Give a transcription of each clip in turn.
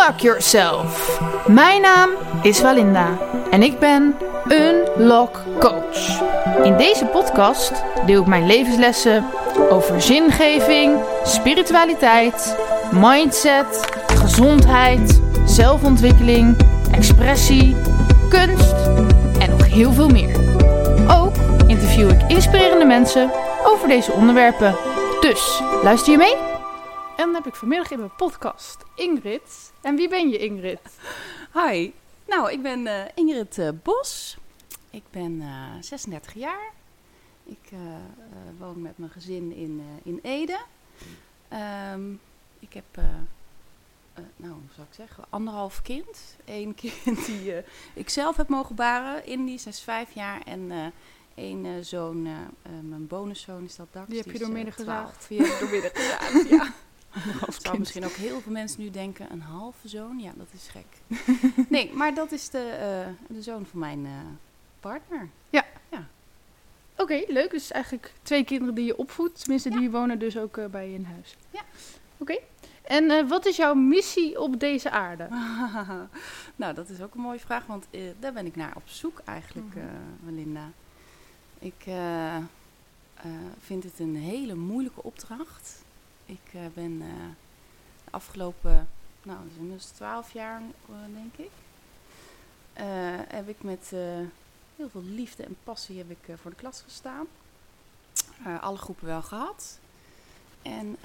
Unlock Yourself. Mijn naam is Walinda en ik ben Unlock Coach. In deze podcast deel ik mijn levenslessen over zingeving, spiritualiteit, mindset, gezondheid, zelfontwikkeling, expressie, kunst en nog heel veel meer. Ook interview ik inspirerende mensen over deze onderwerpen. Dus, luister je mee? En dan heb ik vanmiddag in mijn podcast Ingrid. En wie ben je, Ingrid? Hi, nou ik ben Ingrid Bos. Ik ben 36 jaar. Ik woon met mijn gezin in Ede. Ik heb, hoe zou ik zeggen, 1,5 kind. 1 kind die ik zelf heb mogen baren. Indy, zij is 5 jaar. En 1 zoon, mijn bonuszoon is dat Dax. Die heb je doormidden gezaagd. Die heb ik doormidden gezaagd, ja. Zou misschien ook heel veel mensen nu denken, een halve zoon? Ja, dat is gek. Nee, maar dat is de zoon van mijn partner. Ja. Oké, leuk. Dus eigenlijk 2 kinderen die je opvoedt. Tenminste, die wonen dus ook bij je in huis. Ja. Oké. En wat is jouw missie op deze aarde? Nou, dat is ook een mooie vraag, want daar ben ik naar op zoek eigenlijk, Walinda. Ik vind het een hele moeilijke opdracht. Ik ben de afgelopen, inmiddels 12 jaar, denk ik, heb ik met heel veel liefde en passie heb ik voor de klas gestaan. Alle groepen wel gehad. En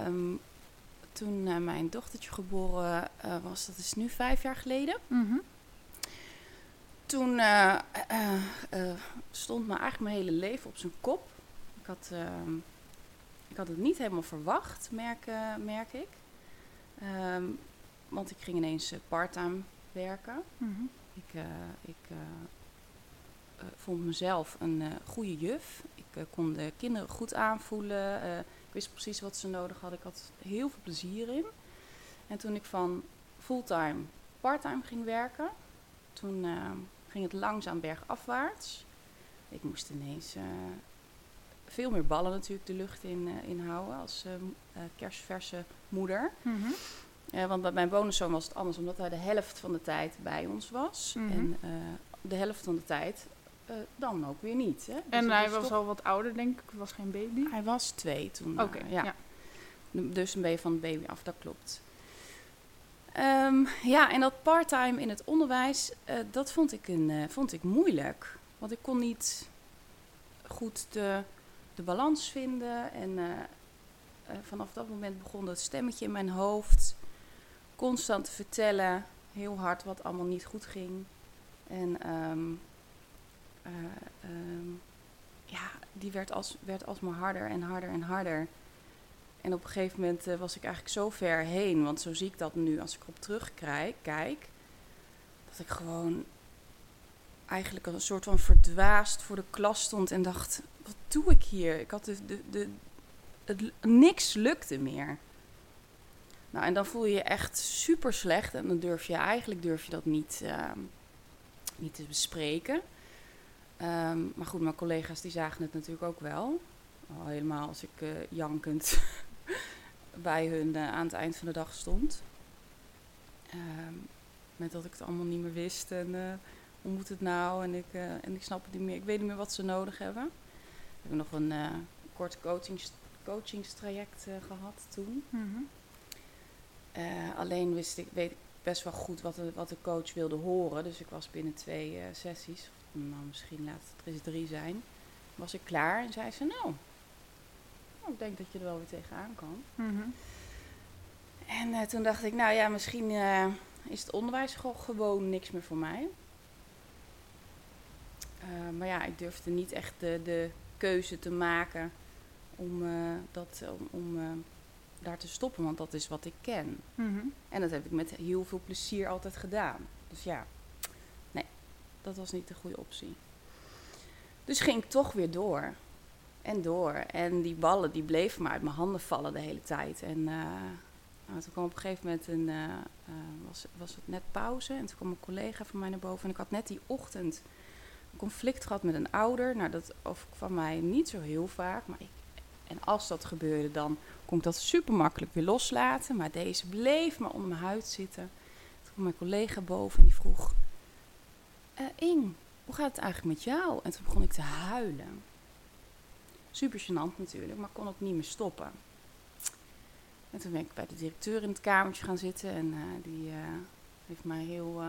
toen mijn dochtertje geboren was, dat is nu 5 jaar geleden. Mm-hmm. Toen stond eigenlijk mijn hele leven op zijn kop. Ik had het niet helemaal verwacht, merk ik. Want ik ging ineens parttime werken. Mm-hmm. Ik vond mezelf een goede juf. Ik kon de kinderen goed aanvoelen. Ik wist precies wat ze nodig hadden. Ik had heel veel plezier in. En toen ik van fulltime parttime ging werken, toen ging het langzaam bergafwaarts. Ik moest ineens veel meer ballen natuurlijk de lucht in houden als kerstverse moeder. Mm-hmm. Want bij mijn bonuszoon was het anders, omdat hij de helft van de tijd bij ons was. Mm-hmm. En de helft van de tijd dan ook weer niet. Hè? Dus En hij was al wat ouder, denk ik. Was geen baby? Hij was 2 toen. Oké, ja. Dus een beetje van de baby af, dat klopt. En dat parttime in het onderwijs, dat vond ik moeilijk. Want ik kon niet goed de balans vinden. En vanaf dat moment begon dat stemmetje in mijn hoofd constant te vertellen, heel hard, wat allemaal niet goed ging. En die werd alsmaar harder en harder en harder. En op een gegeven moment was ik eigenlijk zo ver heen, want zo zie ik dat nu als ik erop terugkijk, dat ik gewoon eigenlijk als een soort van verdwaasd voor de klas stond en dacht, wat doe ik hier? Ik had niks lukte meer. Nou, en dan voel je je echt super slecht en dan durf je dat niet te bespreken. Maar goed, mijn collega's die zagen het natuurlijk ook wel. Al helemaal als ik jankend bij hun aan het eind van de dag stond. Met dat ik het allemaal niet meer wist en hoe moet het nou en ik snap het niet meer. Ik weet niet meer wat ze nodig hebben. We hebben nog een kort coachingstraject gehad toen. Mm-hmm. Alleen weet ik best wel goed wat de coach wilde horen. Dus ik was binnen 2 sessies, of misschien laat het er eens 3 zijn, was ik klaar. En zei ze, ik denk dat je er wel weer tegenaan kan. Mm-hmm. En toen dacht ik, misschien is het onderwijs gewoon niks meer voor mij. Maar ik durfde niet echt de keuze te maken om daar te stoppen, want dat is wat ik ken. Mm-hmm. En dat heb ik met heel veel plezier altijd gedaan. Dus dat was niet de goede optie. Dus ging ik toch weer door. En door. En die ballen die bleven maar uit mijn handen vallen de hele tijd. En toen kwam op een gegeven moment was het net pauze. En toen kwam een collega van mij naar boven. En ik had net die ochtend een conflict gehad met een ouder. Nou, dat overkwam mij niet zo heel vaak. En als dat gebeurde, dan kon ik dat super makkelijk weer loslaten. Maar deze bleef maar onder mijn huid zitten. kwam mijn collega boven en die vroeg... Ing, hoe gaat het eigenlijk met jou? En toen begon ik te huilen. Super gênant natuurlijk, maar kon ook niet meer stoppen. En toen ben ik bij de directeur in het kamertje gaan zitten. En die heeft mij heel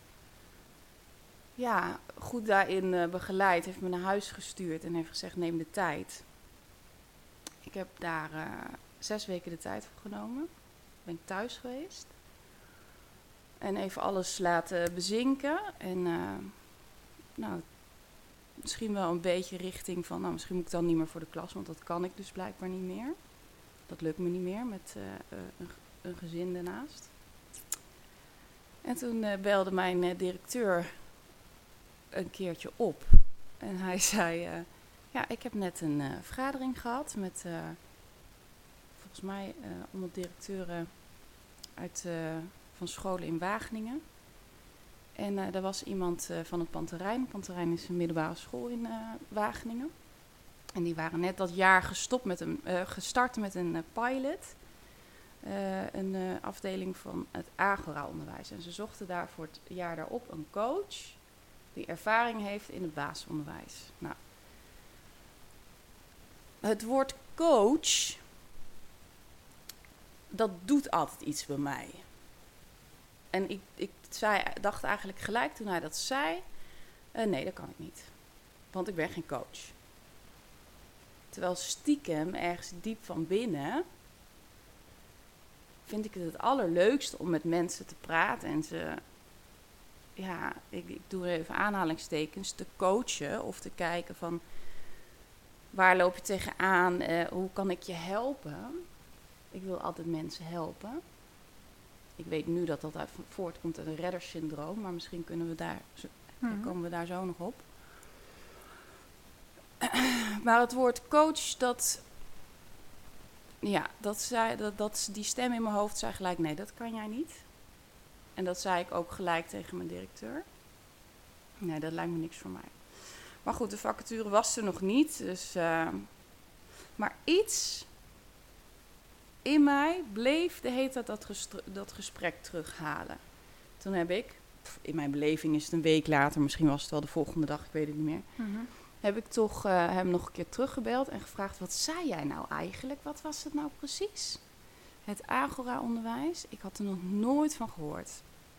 goed daarin begeleid. Heeft me naar huis gestuurd en heeft gezegd, neem de tijd. Ik heb daar 6 weken de tijd voor genomen. Ben ik thuis geweest. En even alles laten bezinken. En misschien wel een beetje richting van... misschien moet ik dan niet meer voor de klas, want dat kan ik dus blijkbaar niet meer. Dat lukt me niet meer met een gezin daarnaast. En toen belde mijn directeur een keertje op. En hij zei... ik heb net een vergadering gehad met... volgens mij 100 directeuren van scholen in Wageningen. En er was iemand van het Panterijn. Panterijn is een middelbare school in Wageningen. En die waren net dat jaar gestart met een pilot. Een afdeling van het Agora-onderwijs. En ze zochten daar voor het jaar daarop een coach die ervaring heeft in het basisonderwijs. Nou, het woord coach, dat doet altijd iets bij mij. En ik dacht eigenlijk gelijk toen hij dat zei, nee, dat kan ik niet. Want ik ben geen coach. Terwijl stiekem, ergens diep van binnen, vind ik het allerleukste om met mensen te praten en ze, ik doe er even aanhalingstekens, te coachen of te kijken van, waar loop je tegenaan, hoe kan ik je helpen? Ik wil altijd mensen helpen. Ik weet nu dat voortkomt uit een reddersyndroom, maar misschien komen we daar zo nog op. Maar het woord coach, die stem in mijn hoofd zei gelijk, nee, dat kan jij niet. En dat zei ik ook gelijk tegen mijn directeur. Nee, dat lijkt me niks voor mij. Maar goed, de vacature was er nog niet. Dus, maar iets in mij bleef de hele tijd dat gesprek terughalen. Toen heb ik, in mijn beleving is het een week later, misschien was het wel de volgende dag, ik weet het niet meer. Mm-hmm. Heb ik toch hem nog een keer teruggebeld en gevraagd, wat zei jij nou eigenlijk? Wat was het nou precies? Het Agora-onderwijs, ik had er nog nooit van gehoord.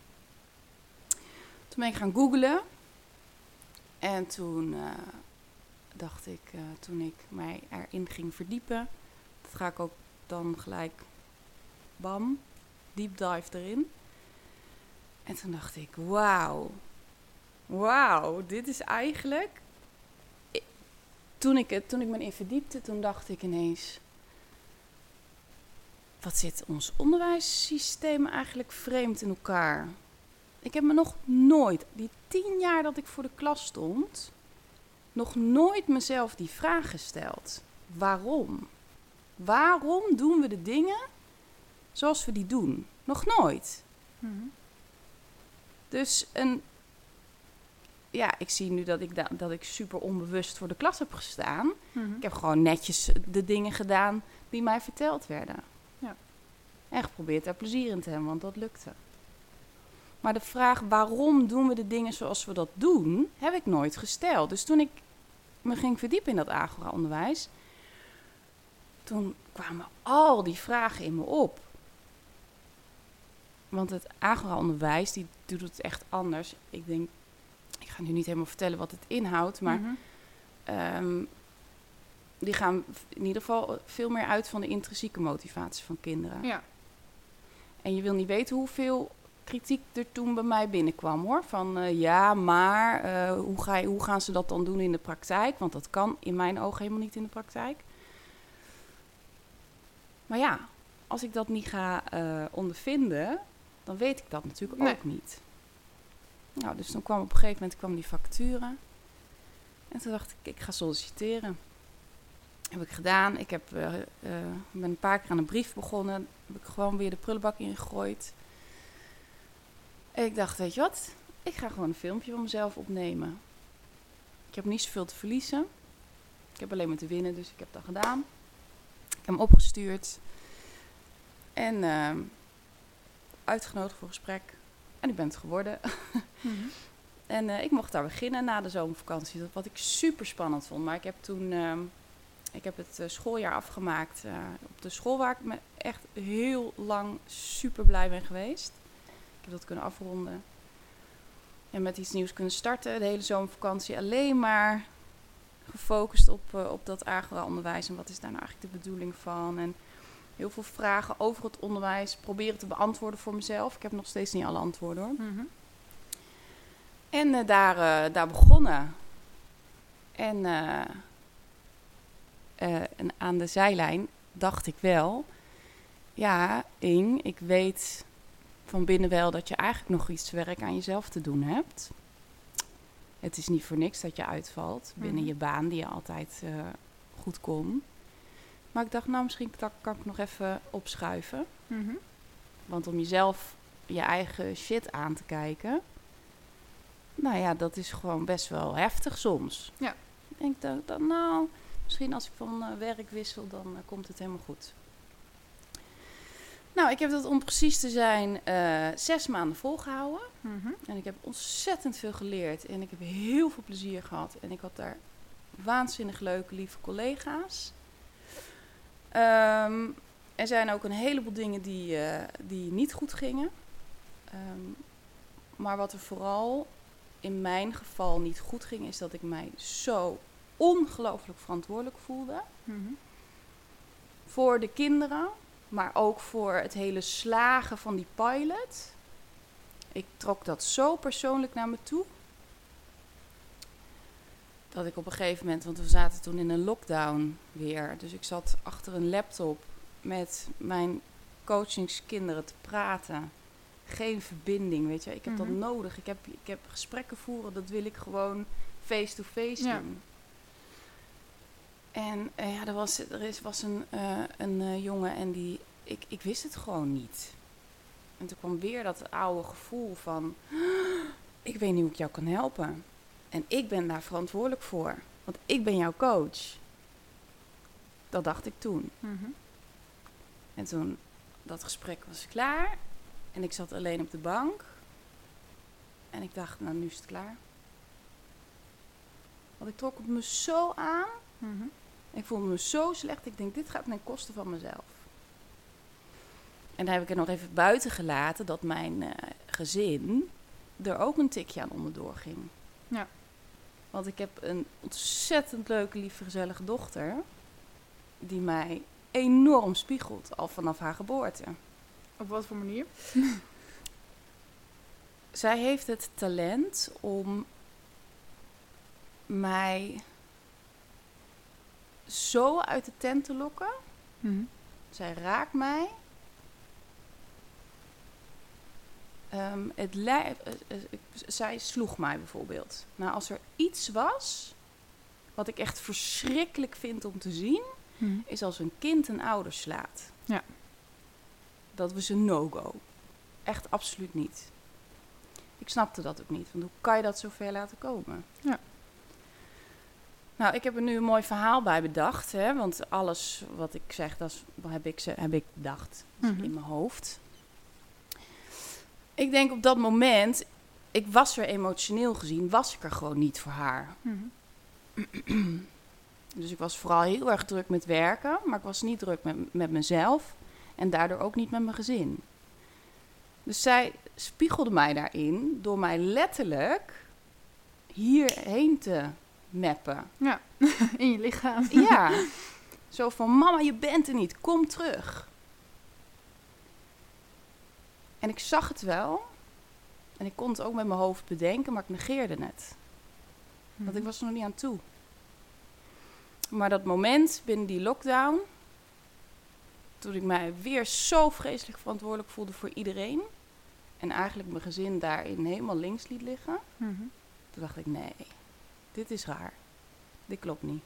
Toen ben ik gaan googlen. En toen dacht ik, toen ik mij erin ging verdiepen, dat ga ik ook dan gelijk, bam, deep dive erin. En toen dacht ik, wauw, dit is eigenlijk... Toen ik me in verdiepte, toen dacht ik ineens, wat zit ons onderwijssysteem eigenlijk vreemd in elkaar? Ik heb me nog nooit, die 10 jaar dat ik voor de klas stond, nog nooit mezelf die vraag gesteld. Waarom? Waarom doen we de dingen zoals we die doen? Nog nooit. Mm-hmm. Dus ik zie nu dat ik super onbewust voor de klas heb gestaan. Mm-hmm. Ik heb gewoon netjes de dingen gedaan die mij verteld werden. Ja. En geprobeerd daar plezier in te hebben, want dat lukte. Maar de vraag waarom doen we de dingen zoals we dat doen, heb ik nooit gesteld. Dus toen ik me ging verdiepen in dat Agora-onderwijs, toen kwamen al die vragen in me op. Want het Agora-onderwijs, die doet het echt anders. Ik denk, ik ga nu niet helemaal vertellen wat het inhoudt, maar die gaan in ieder geval veel meer uit van de intrinsieke motivatie van kinderen. Ja. En je wil niet weten hoeveel kritiek er toen bij mij binnenkwam, hoor. Van hoe gaan ze dat dan doen in de praktijk? Want dat kan in mijn ogen helemaal niet in de praktijk. Maar ja, als ik dat niet ga ondervinden, dan weet ik dat natuurlijk ook niet. Nou, dus toen kwam op een gegeven moment die vacature. En toen dacht ik ga solliciteren. Heb ik gedaan. Ik ben een paar keer aan een brief begonnen. Heb ik gewoon weer de prullenbak ingegooid. En ik dacht, weet je wat? Ik ga gewoon een filmpje van mezelf opnemen. Ik heb niet zoveel te verliezen. Ik heb alleen maar te winnen, dus ik heb dat gedaan. Ik heb hem opgestuurd. En uitgenodigd voor gesprek. En ik ben het geworden. Mhm. En ik mocht daar beginnen na de zomervakantie. Wat ik super spannend vond. Maar ik heb toen... ik heb het schooljaar afgemaakt op de school waar ik me echt heel lang super blij ben geweest. Ik heb dat kunnen afronden. En met iets nieuws kunnen starten. De hele zomervakantie alleen maar gefocust op dat agora-onderwijs. En wat is daar nou eigenlijk de bedoeling van? En heel veel vragen over het onderwijs proberen te beantwoorden voor mezelf. Ik heb nog steeds niet alle antwoorden hoor. Mhm. En daar begonnen. En aan de zijlijn dacht ik wel... Ja, Ing, ik weet van binnen wel dat je eigenlijk nog iets werk aan jezelf te doen hebt. Het is niet voor niks dat je uitvalt binnen je baan die je altijd goed kon. Maar ik dacht, nou misschien kan ik nog even opschuiven. Mhm. Want om jezelf je eigen shit aan te kijken... Nou ja, dat is gewoon best wel heftig soms. Ja. En ik dacht, nou, misschien als ik van werk wissel, dan komt het helemaal goed. Nou, ik heb dat om precies te zijn 6 maanden volgehouden. Mhm. En ik heb ontzettend veel geleerd. En ik heb heel veel plezier gehad. En ik had daar waanzinnig leuke, lieve collega's. Er zijn ook een heleboel dingen die niet goed gingen. Maar wat er vooral in mijn geval niet goed ging... is dat ik mij zo ongelooflijk verantwoordelijk voelde. Mhm. Voor de kinderen, maar ook voor het hele slagen van die pilot. Ik trok dat zo persoonlijk naar me toe. Dat ik op een gegeven moment, want we zaten toen in een lockdown weer. Dus ik zat achter een laptop met mijn coachingskinderen te praten. Geen verbinding, weet je. Ik heb dat nodig. Ik heb gesprekken voeren, dat wil ik gewoon face-to-face doen. En er was een jongen en ik wist het gewoon niet. En toen kwam weer dat oude gevoel van... Ik weet niet hoe ik jou kan helpen. En ik ben daar verantwoordelijk voor. Want ik ben jouw coach. Dat dacht ik toen. Mhm. En toen, dat gesprek was klaar. En ik zat alleen op de bank. En ik dacht, nou nu is het klaar. Want ik trok het me zo aan. Mhm. Ik voelde me zo slecht. Ik denk, dit gaat ten koste van mezelf. En daar heb ik er nog even buiten gelaten dat mijn gezin er ook een tikje aan onderdoor ging. Ja. Want ik heb een ontzettend leuke, lieve, gezellige dochter. Die mij enorm spiegelt, al vanaf haar geboorte. Op wat voor manier? Zij heeft het talent om mij zo uit de tent te lokken. Mhm. Zij raakt mij. Zij sloeg mij bijvoorbeeld. Nou, als er iets was wat ik echt verschrikkelijk vind om te zien, is als een kind een ouder slaat. Ja. Dat was een no-go. Echt absoluut niet. Ik snapte dat ook niet. Want hoe kan je dat zo ver laten komen? Ja. Nou, ik heb er nu een mooi verhaal bij bedacht. Hè, want alles wat ik zeg, heb ik bedacht. Dat is in mijn hoofd. Ik denk op dat moment, ik was er emotioneel gezien, was ik er gewoon niet voor haar. Mhm. Dus ik was vooral heel erg druk met werken, maar ik was niet druk met mezelf en daardoor ook niet met mijn gezin. Dus zij spiegelde mij daarin door mij letterlijk hierheen te mappen. Ja, in je lichaam. Ja, zo van mama, je bent er niet, kom terug. En ik zag het wel. En ik kon het ook met mijn hoofd bedenken, maar ik negeerde het. Want ik was er nog niet aan toe. Maar dat moment binnen die lockdown, toen ik mij weer zo vreselijk verantwoordelijk voelde voor iedereen, en eigenlijk mijn gezin daarin helemaal links liet liggen, toen dacht ik, nee, dit is raar. Dit klopt niet.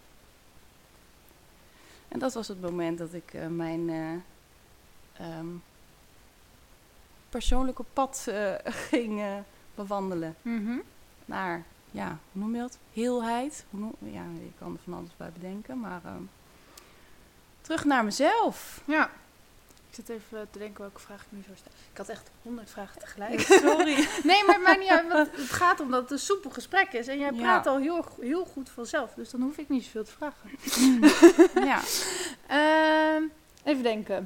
En dat was het moment dat ik mijn persoonlijke pad ging bewandelen. Naar, ja, hoe noem je dat? Heelheid. Ja, je kan er van alles bij bedenken, maar terug naar mezelf. Ja. Ik zit even te denken welke vraag ik nu zou stellen. Ik had echt 100 vragen tegelijk. Sorry. Nee, maar het maakt niet uit. Want het gaat om dat het een soepel gesprek is. En jij praat al heel goed vanzelf. Dus dan hoef ik niet zoveel te vragen. Ja. Even denken.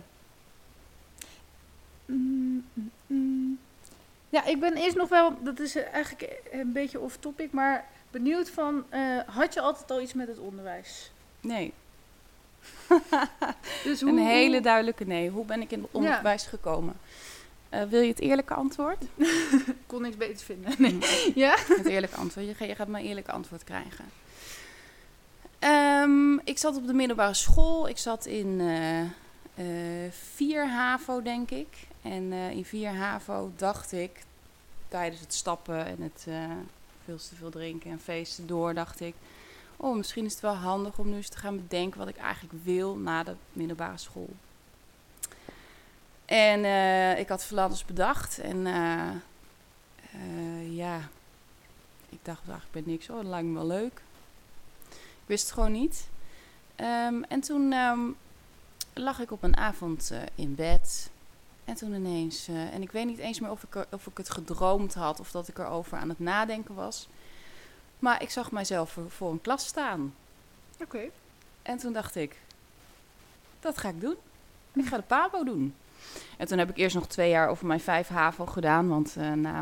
Ja, ik ben eerst nog wel... Dat is eigenlijk een beetje off-topic. Maar benieuwd van... had je altijd al iets met het onderwijs? Nee. Dus Een hele duidelijke nee. Hoe ben ik in het onderwijs gekomen? Wil je het eerlijke antwoord? Ik kon niks beters vinden. Nee. Ja? Het eerlijke antwoord. Je gaat mijn eerlijke antwoord krijgen. Ik zat op de middelbare school. Ik zat in 4 HAVO, denk ik. En in 4 HAVO dacht ik, tijdens het stappen en het veel te veel drinken en feesten door, dacht ik... Oh, misschien is het wel handig om nu eens te gaan bedenken wat ik eigenlijk wil na de middelbare school. En ik had van alles bedacht. En ik dacht eigenlijk bij niks. Oh, dat lijkt me wel leuk. Ik wist het gewoon niet. En toen lag ik op een avond in bed. En toen ineens... en ik weet niet eens meer of ik het gedroomd had of dat ik erover aan het nadenken was. Maar ik zag mijzelf voor een klas staan. Oké. En toen dacht ik, dat ga ik doen. Ik ga de PABO doen. En toen heb ik eerst nog 2 jaar over mijn 5 HAVO gedaan. Want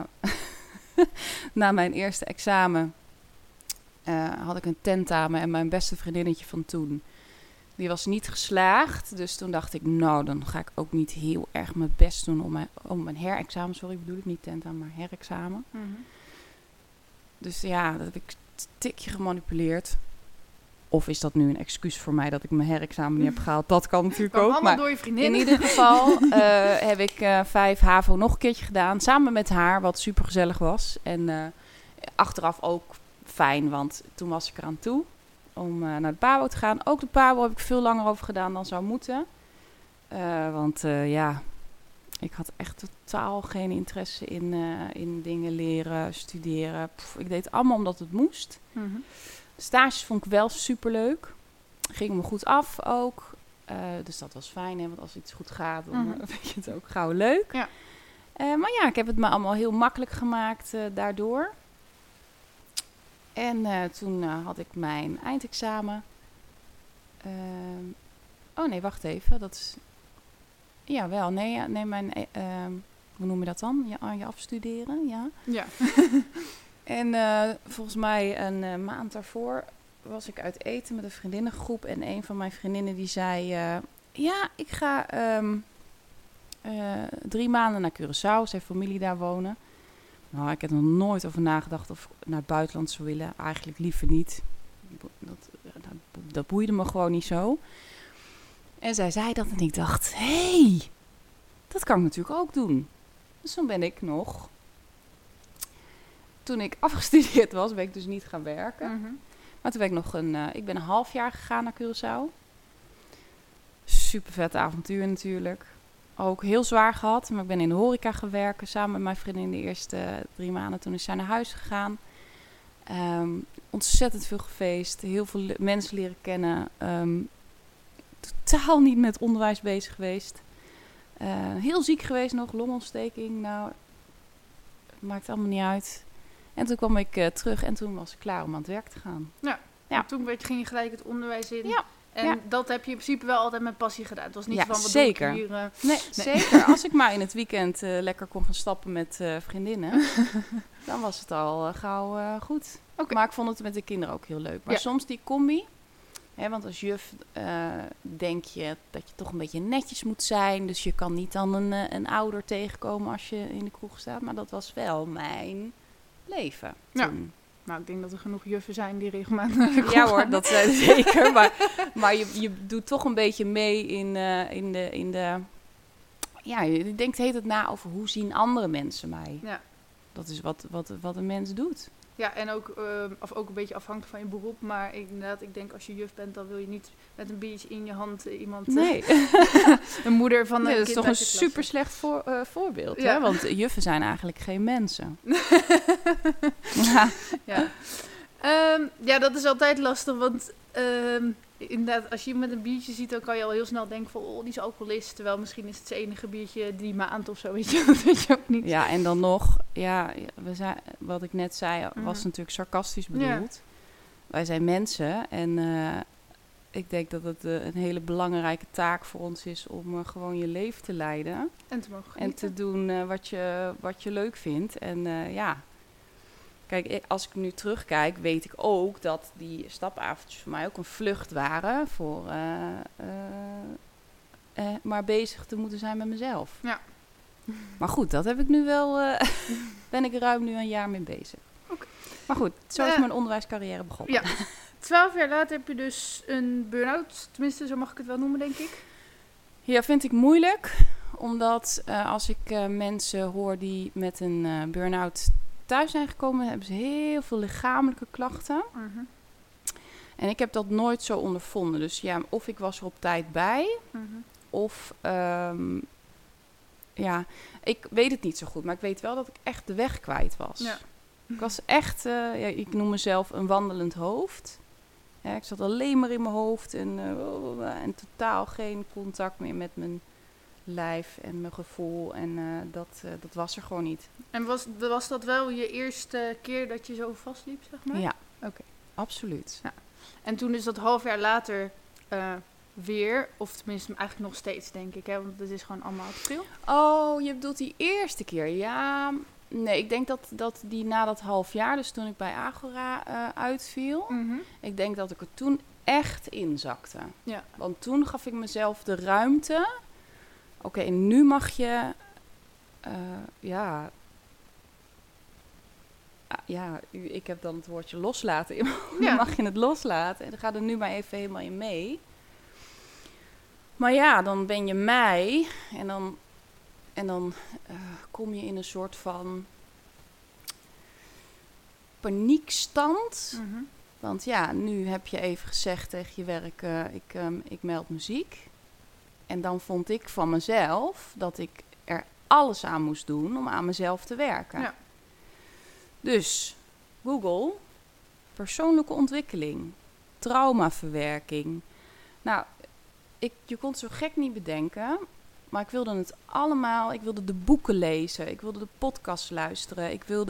na mijn eerste examen had ik een tentamen. En mijn beste vriendinnetje van toen, die was niet geslaagd. Dus toen dacht ik, nou, dan ga ik ook niet heel erg mijn best doen om mijn herexamen. Sorry, bedoel ik niet tentamen, maar herexamen. Mm-hmm. Dus ja, dat heb ik een tikje gemanipuleerd. Of is dat nu een excuus voor mij dat ik mijn herexamen niet heb gehaald? Dat kan natuurlijk ook. Maar door je vriendin. In ieder geval heb ik 5 HAVO nog een keertje gedaan. Samen met haar, wat super gezellig was. En achteraf ook fijn, want toen was ik eraan toe om naar de PABO te gaan. Ook de PABO heb ik veel langer over gedaan dan zou moeten. Want ik had echt totaal geen interesse in dingen leren, studeren. Ik deed het allemaal omdat het moest. Mm-hmm. Stages vond ik wel superleuk. Ging me goed af ook. Dus dat was fijn, hè? Want als iets goed gaat, dan vind je het ook gauw leuk. Ja. Maar ja, ik heb het me allemaal heel makkelijk gemaakt daardoor. En toen had ik mijn eindexamen. Oh nee, wacht even. Dat is... Jawel, nee, mijn... hoe noem je dat dan? Je afstuderen, ja. Ja. En volgens mij een maand daarvoor was ik uit eten met een vriendinnengroep. En een van mijn vriendinnen die zei... ik ga 3 maanden naar Curaçao. Ze heeft familie daar wonen. Nou, ik heb er nog nooit over nagedacht of ik naar het buitenland zou willen. Eigenlijk liever niet. Dat boeide me gewoon niet zo. En zij zei dat en ik dacht... Hey, dat kan ik natuurlijk ook doen. Dus toen ben ik nog... Toen ik afgestudeerd was, ben ik dus niet gaan werken. Mm-hmm. Maar toen ben ik nog ik ben een half jaar gegaan naar Curaçao. Super vet avontuur natuurlijk. Ook heel zwaar gehad. Maar ik ben in de horeca gaan werken. Samen met mijn vriendin de eerste 3 maanden. Toen is zij naar huis gegaan. Ontzettend veel gefeest. Heel veel mensen leren kennen. Totaal niet met onderwijs bezig geweest. Heel ziek geweest nog. Longontsteking. Nou, maakt allemaal niet uit. En toen kwam ik terug en toen was ik klaar om aan het werk te gaan. Ja. En toen ging je gelijk het onderwijs in. Ja. En dat heb je in principe wel altijd met passie gedaan. Het was niet van, wat zeker. doe ik hier? Nee, zeker. Als ik maar in het weekend lekker kon gaan stappen met vriendinnen, dan was het al gauw goed. Okay. Maar ik vond het met de kinderen ook heel leuk. Maar soms die combi, hè, want als juf denk je dat je toch een beetje netjes moet zijn. Dus je kan niet dan een ouder tegenkomen als je in de kroeg staat. Maar dat was wel mijn leven toen. Nou, ik denk dat er genoeg juffen zijn die regelmatig naar de kroeg Ja hoor, gaan. dat zeker. Maar je doet toch een beetje mee in de... Ja, je denkt de hele tijd na over hoe zien andere mensen mij. Ja. Dat is wat een mens doet. Ja, en ook een beetje afhankelijk van je beroep. Maar ik denk als je juf bent, dan wil je niet met een biertje in je hand iemand... Nee. een moeder van een dat is kind toch uit een de klas. super slecht voorbeeld. Ja. Hè? Want juffen zijn eigenlijk geen mensen. Ja. Ja, dat is altijd lastig. Want inderdaad, als je iemand met een biertje ziet, dan kan je al heel snel denken van, die is alcoholist. Terwijl misschien is het zijn enige biertje die maand of zo, weet je. Dat weet je ook niet. Ja, en dan nog, wat ik net zei, was natuurlijk sarcastisch bedoeld. Ja. Wij zijn mensen en ik denk dat het een hele belangrijke taak voor ons is om gewoon je leven te leiden. En te mogen genieten. En te doen wat je leuk vindt. En kijk, als ik nu terugkijk, weet ik ook dat die stapavondjes voor mij ook een vlucht waren voor maar bezig te moeten zijn met mezelf. Ja. Maar goed, dat heb ik nu wel, ben ik ruim nu een jaar mee bezig. Okay. Maar goed, zo is mijn onderwijscarrière begonnen. Ja. 12 jaar later heb je dus een burn-out, tenminste zo mag ik het wel noemen, denk ik. Ja, vind ik moeilijk, omdat als ik mensen hoor die met een burn-out thuis zijn gekomen, hebben ze heel veel lichamelijke klachten. Uh-huh. En ik heb dat nooit zo ondervonden. Dus ja, of ik was er op tijd bij, of ik weet het niet zo goed, maar ik weet wel dat ik echt de weg kwijt was. Ja. Ik was echt, ik noem mezelf een wandelend hoofd. Ja, ik zat alleen maar in mijn hoofd en totaal geen contact meer met mijn lijf en mijn gevoel. En dat was er gewoon niet. En was dat wel je eerste keer dat je zo vastliep, zeg maar? Ja, absoluut. Ja. En toen is dat half jaar later weer, of tenminste eigenlijk nog steeds, denk ik, hè? Want het is gewoon allemaal te veel. Oh, je bedoelt die eerste keer? Ja, nee, ik denk dat die na dat half jaar, dus toen ik bij Agora uitviel, ik denk dat ik er toen echt inzakte. Ja. Want toen gaf ik mezelf de ruimte. Oké, nu mag je, ik heb dan het woordje loslaten. Dan mag je het loslaten en dan ga er nu maar even helemaal in mee. Maar ja, dan ben je mij en dan kom je in een soort van paniekstand. Want ja, nu heb je even gezegd tegen je werk, ik meld muziek. En dan vond ik van mezelf dat ik er alles aan moest doen om aan mezelf te werken. Ja. Dus Google, persoonlijke ontwikkeling, traumaverwerking. Nou, je kon het zo gek niet bedenken, maar ik wilde het allemaal. Ik wilde de boeken lezen, ik wilde de podcast luisteren.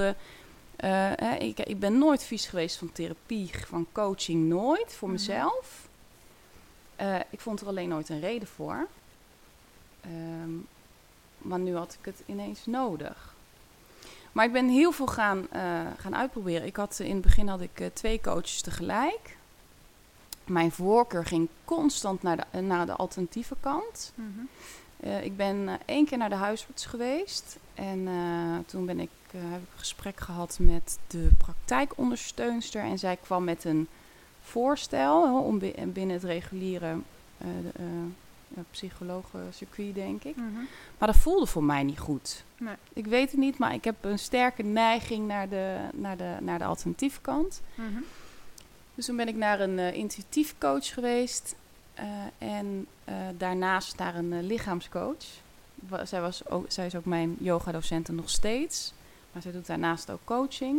Ik ben nooit vies geweest van therapie, van coaching, nooit, voor mezelf. Ik vond er alleen nooit een reden voor. Maar nu had ik het ineens nodig. Maar ik ben heel veel gaan uitproberen. In het begin had ik 2 coaches tegelijk. Mijn voorkeur ging constant naar de alternatieve kant. Ik ben 1 keer naar de huisarts geweest. En toen heb ik een gesprek gehad met de praktijkondersteunster. En zij kwam met een voorstel om binnen het reguliere psychologencircuit, denk ik. Maar dat voelde voor mij niet goed. Nee. Ik weet het niet, maar ik heb een sterke neiging naar de alternatieve kant. Dus toen ben ik naar een intuïtief coach geweest. En daarnaast naar een lichaamscoach. Zij is ook mijn yogadocent nog steeds. Maar zij doet daarnaast ook coaching.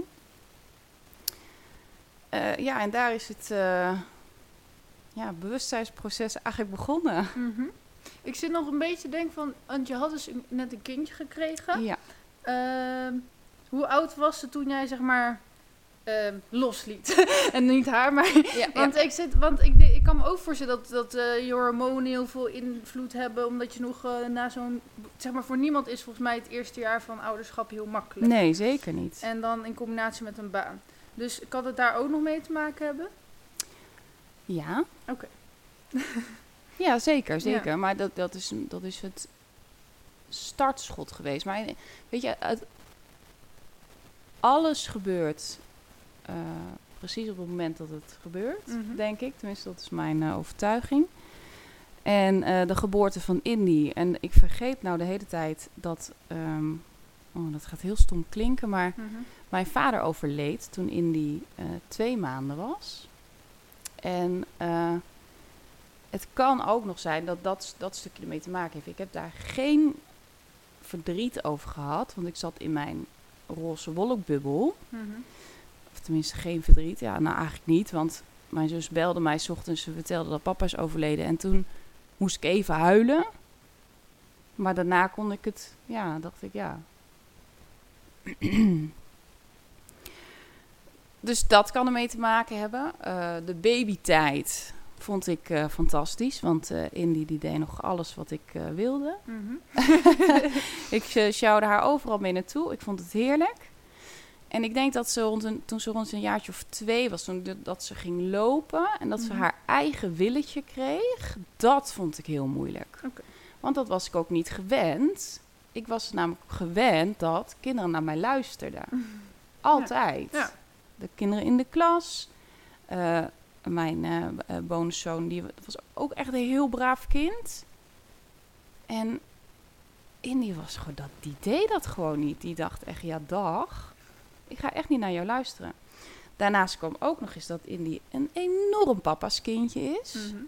En daar is het bewustzijnsproces eigenlijk begonnen. Ik zit nog een beetje te denken van, want je had dus net een kindje gekregen. Ja. Hoe oud was ze toen jij zeg maar losliet? En niet haar, maar... Ja, want ik kan me ook voorstellen dat je hormonen heel veel invloed hebben, omdat je nog na zo'n... Zeg maar, voor niemand is volgens mij het eerste jaar van ouderschap heel makkelijk. Nee, zeker niet. En dan in combinatie met een baan. Dus kan het daar ook nog mee te maken hebben? Ja. Oké. Ja, zeker. Ja. Maar dat is het startschot geweest. Maar weet je, alles gebeurt precies op het moment dat het gebeurt, denk ik. Tenminste, dat is mijn overtuiging. En de geboorte van Indy. En ik vergeet nou de hele tijd dat... dat gaat heel stom klinken, maar mijn vader overleed toen Indy 2 maanden was. En het kan ook nog zijn dat stukje ermee te maken heeft. Ik heb daar geen verdriet over gehad, want ik zat in mijn roze wolkbubbel. Of tenminste geen verdriet. Ja, nou eigenlijk niet, want mijn zus belde mij 's ochtends. Ze vertelde dat papa is overleden. En toen moest ik even huilen. Maar daarna kon ik het... Ja, dacht ik, ja. Dus dat kan ermee te maken hebben. De babytijd vond ik fantastisch. Want Indy die deed nog alles wat ik wilde. Mhm. Ik sjouwde haar overal mee naartoe. Ik vond het heerlijk. En ik denk dat ze toen ze rond een jaartje of 2 was, dat ze ging lopen en dat ze haar eigen willetje kreeg, dat vond ik heel moeilijk. Okay. Want dat was ik ook niet gewend. Ik was namelijk gewend dat kinderen naar mij luisterden. Altijd. Ja. De kinderen in de klas. Mijn bonuszoon, die was ook echt een heel braaf kind. En Indy was gewoon die deed dat gewoon niet. Die dacht echt, ja dag, ik ga echt niet naar jou luisteren. Daarnaast kwam ook nog eens dat Indy een enorm papa's kindje is. Mm-hmm.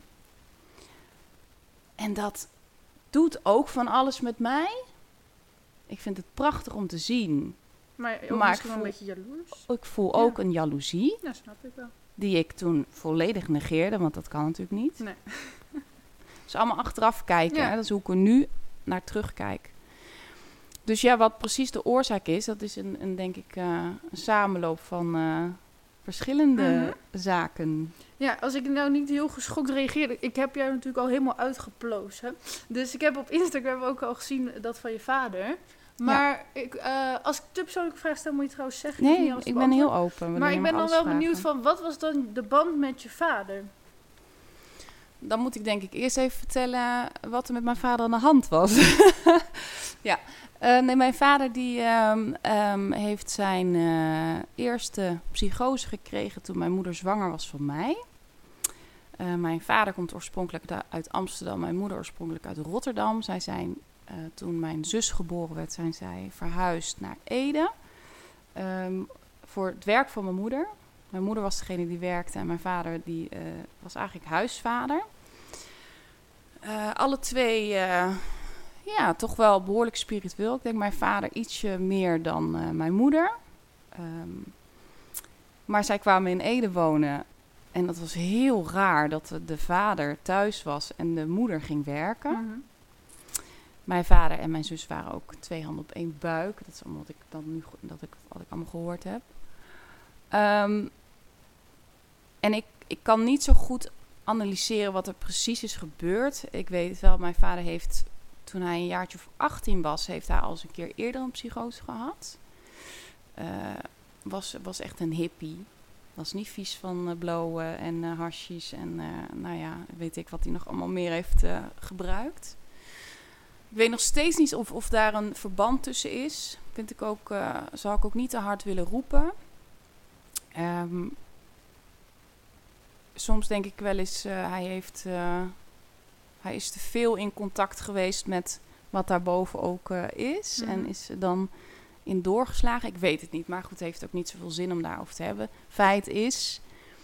En dat doet ook van alles met mij. Ik vind het prachtig om te zien. Maar Maar misschien wel een beetje jaloers. Ik voel ook een jaloezie. Ja, snap ik wel. Die ik toen volledig negeerde, want dat kan natuurlijk niet. Nee. Dus allemaal achteraf kijken. Ja. Hè? Dat is hoe ik er nu naar terugkijk. Dus ja, wat precies de oorzaak is, dat is denk ik een samenloop van verschillende zaken. Ja, als ik nou niet heel geschokt reageerde. Ik heb jou natuurlijk al helemaal uitgeplozen. Dus ik heb op Instagram ook al gezien dat van je vader. Maar als ik de persoonlijke vraag stel, moet je trouwens zeggen. Nee, ik ben heel open. Maar ik ben dan wel benieuwd van, wat was dan de band met je vader? Dan moet ik denk ik eerst even vertellen wat er met mijn vader aan de hand was. Ja, nee, mijn vader die heeft zijn eerste psychose gekregen toen mijn moeder zwanger was van mij. Mijn vader komt oorspronkelijk uit Amsterdam, mijn moeder oorspronkelijk uit Rotterdam. Zij zijn, toen mijn zus geboren werd, zijn zij verhuisd naar Ede. Voor het werk van mijn moeder. Mijn moeder was degene die werkte en mijn vader die was eigenlijk huisvader. Alle twee, ja, toch wel behoorlijk spiritueel. Ik denk mijn vader ietsje meer dan mijn moeder. Maar zij kwamen in Ede wonen. En dat was heel raar dat de vader thuis was en de moeder ging werken. Mm-hmm. Mijn vader en mijn zus waren ook 2 handen op 1 buik. Dat is allemaal wat ik allemaal gehoord heb. En ik kan niet zo goed analyseren wat er precies is gebeurd. Ik weet wel, mijn vader heeft, toen hij een jaartje of 18 was, heeft hij al eens een keer eerder een psychose gehad. Was echt een hippie. Was niet vies van blowen en hashies en nou ja, weet ik wat hij nog allemaal meer heeft gebruikt. Ik weet nog steeds niet of daar een verband tussen is. Vind ik ook, zou ik ook niet te hard willen roepen. Soms denk ik wel eens, hij is te veel in contact geweest met wat daarboven ook is. Mm-hmm. En is dan in doorgeslagen. Ik weet het niet, maar goed, het heeft ook niet zoveel zin om daarover te hebben. Feit is,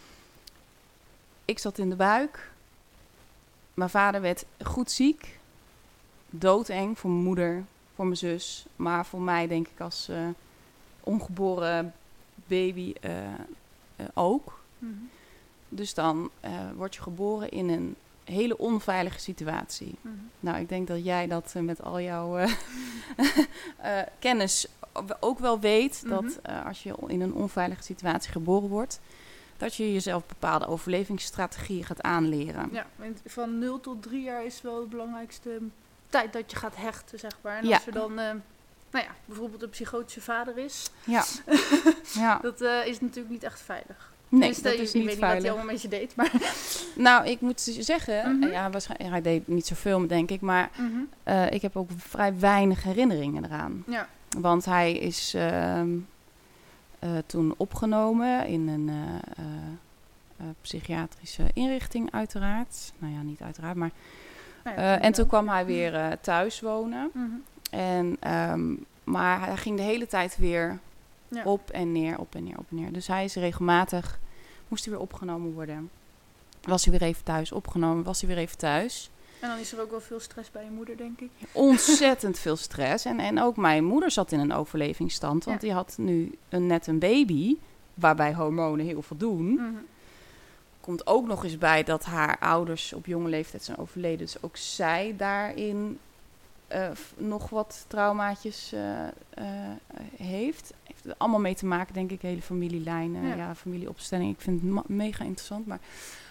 ik zat in de buik. Mijn vader werd goed ziek. Doodeng voor mijn moeder, voor mijn zus. Maar voor mij denk ik als ongeboren baby ook. Mm-hmm. Dus dan word je geboren in een hele onveilige situatie. Mm-hmm. Nou, ik denk dat jij dat met al jouw kennis ook wel weet. Mm-hmm. Dat als je in een onveilige situatie geboren wordt, dat je jezelf bepaalde overlevingsstrategieën gaat aanleren. Ja, van 0 tot 3 jaar is wel het belangrijkste tijd dat je gaat hechten, zeg maar. En ja. als er dan, nou ja, bijvoorbeeld een psychotische vader is, ja. Ja. Dat is natuurlijk niet echt veilig. Nee, dus dat is niet veilig. Ik weet niet wat hij allemaal met je deed, maar... Nou, ik moet zeggen, Mm-hmm. ja, waarschijnlijk, hij deed niet zoveel, denk ik, maar Mm-hmm. Ik heb ook vrij weinig herinneringen eraan. Ja. Want hij is toen opgenomen in een psychiatrische inrichting, uiteraard. Nou ja, niet uiteraard, maar... en toen kwam hij weer thuis wonen. Mm-hmm. Maar hij ging de hele tijd weer op en neer, op en neer, op en neer. Dus hij is regelmatig, moest hij weer opgenomen worden. Was hij weer even thuis, opgenomen, was hij weer even thuis. En dan is er ook wel veel stress bij je moeder, denk ik. Ontzettend veel stress. En ook mijn moeder zat in een overlevingsstand. Want die had nu net een baby, waarbij hormonen heel veel doen. Mm-hmm. komt ook nog eens bij dat haar ouders op jonge leeftijd zijn overleden. Dus ook zij daarin nog wat traumaatjes heeft. Heeft er allemaal mee te maken, denk ik, hele familielijnen. Ja, familieopstelling. Ik vind het mega interessant. Maar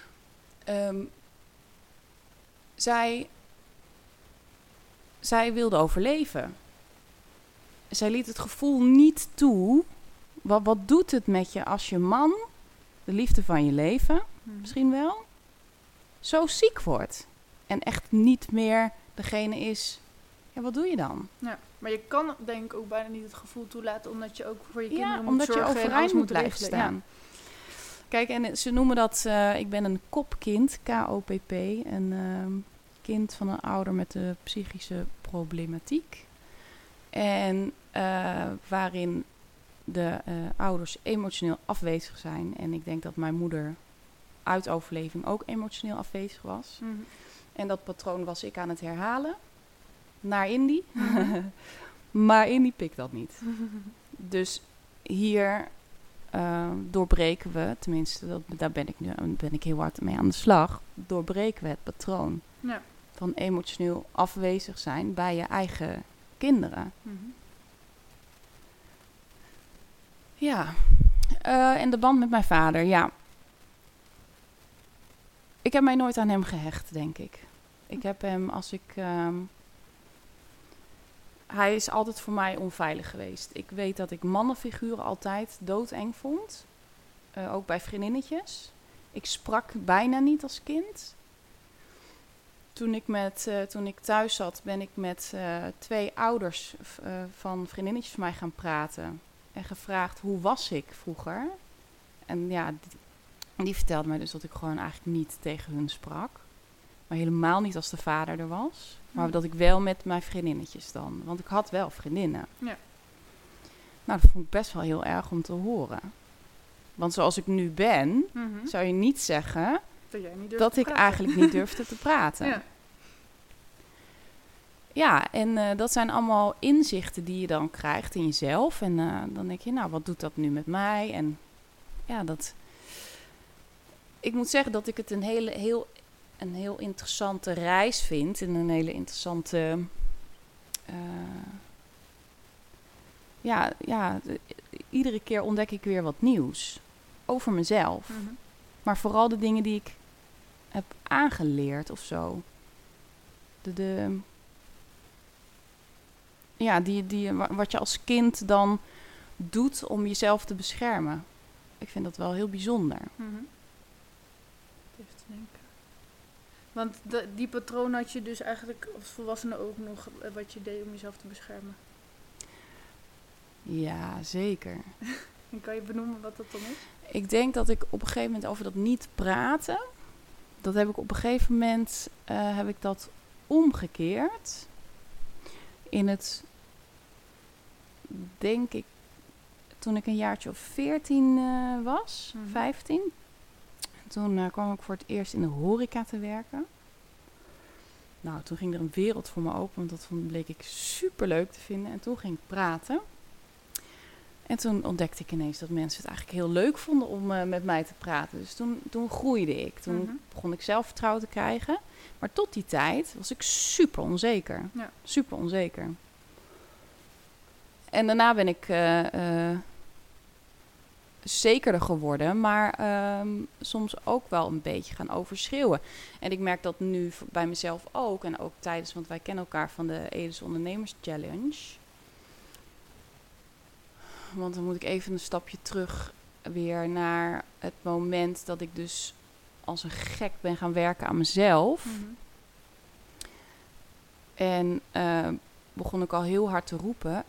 zij wilde overleven. Zij liet het gevoel niet toe. Wat doet het met je als je man, de liefde van je leven, misschien wel, zo ziek wordt? En echt niet meer degene is. Ja, wat doe je dan? Ja, maar je kan denk ik ook bijna niet het gevoel toelaten, omdat je ook voor je kinderen moet omdat zorgen. Je overeind moet blijven regelen, staan. Ja. Kijk, en ze noemen dat, ik ben een kopkind, KOPP, een kind van een ouder met de psychische problematiek. En waarin de ouders emotioneel afwezig zijn. En ik denk dat mijn moeder uit overleving ook emotioneel afwezig was. Mm-hmm. En dat patroon was ik aan het herhalen naar Indy. Mm-hmm. Maar Indy pikt dat niet. Dus hier doorbreken we, tenminste, daar ben ik heel hard mee aan de slag, doorbreken we het patroon van emotioneel afwezig zijn bij je eigen kinderen. Mm-hmm. Ja, en de band met mijn vader, ja. Ik heb mij nooit aan hem gehecht, denk ik. Ik heb hem hij is altijd voor mij onveilig geweest. Ik weet dat ik mannenfiguren altijd doodeng vond. Ook bij vriendinnetjes. Ik sprak bijna niet als kind. Toen ik thuis zat, ben ik met 2 ouders van vriendinnetjes van mij gaan praten. En gevraagd, hoe was ik vroeger? En ja, die vertelde mij dus dat ik gewoon eigenlijk niet tegen hun sprak. Maar helemaal niet als de vader er was. Maar dat ik wel met mijn vriendinnetjes dan. Want ik had wel vriendinnen. Ja. Nou, dat vond ik best wel heel erg om te horen. Want zoals ik nu ben, zou je niet zeggen dat ik eigenlijk niet durfde te praten. Ja. Ja, en dat zijn allemaal inzichten die je dan krijgt in jezelf. En dan denk je, nou, wat doet dat nu met mij? En ja, ik moet zeggen dat ik het een heel interessante reis vind. En een hele interessante... iedere keer ontdek ik weer wat nieuws. Over mezelf. Mm-hmm. Maar vooral de dingen die ik heb aangeleerd of zo. Wat je als kind dan doet om jezelf te beschermen. Ik vind dat wel heel bijzonder. Mm-hmm. Even te denken. Want die patroon had je dus eigenlijk als volwassene ook nog wat je deed om jezelf te beschermen? Ja, zeker. En kan je benoemen wat dat dan is? Ik denk dat ik op een gegeven moment over dat niet praten... Dat heb ik op een gegeven moment heb ik dat omgekeerd. In het, denk ik, toen ik een jaartje of 14 was, 15. Toen kwam ik voor het eerst in de horeca te werken. Nou, toen ging er een wereld voor me open, want dat bleek ik superleuk te vinden. En toen ging ik praten. En toen ontdekte ik ineens dat mensen het eigenlijk heel leuk vonden om met mij te praten. Dus toen groeide ik. Toen begon ik zelfvertrouwen te krijgen. Maar tot die tijd was ik super onzeker. Ja. Super onzeker. En daarna ben ik zekerder geworden, maar soms ook wel een beetje gaan overschreeuwen. En ik merk dat nu bij mezelf ook. En ook tijdens, want wij kennen elkaar van de Edes Ondernemers Challenge. Want dan moet ik even een stapje terug weer naar het moment dat ik dus als een gek ben gaan werken aan mezelf. Mm-hmm. En begon ik al heel hard te roepen.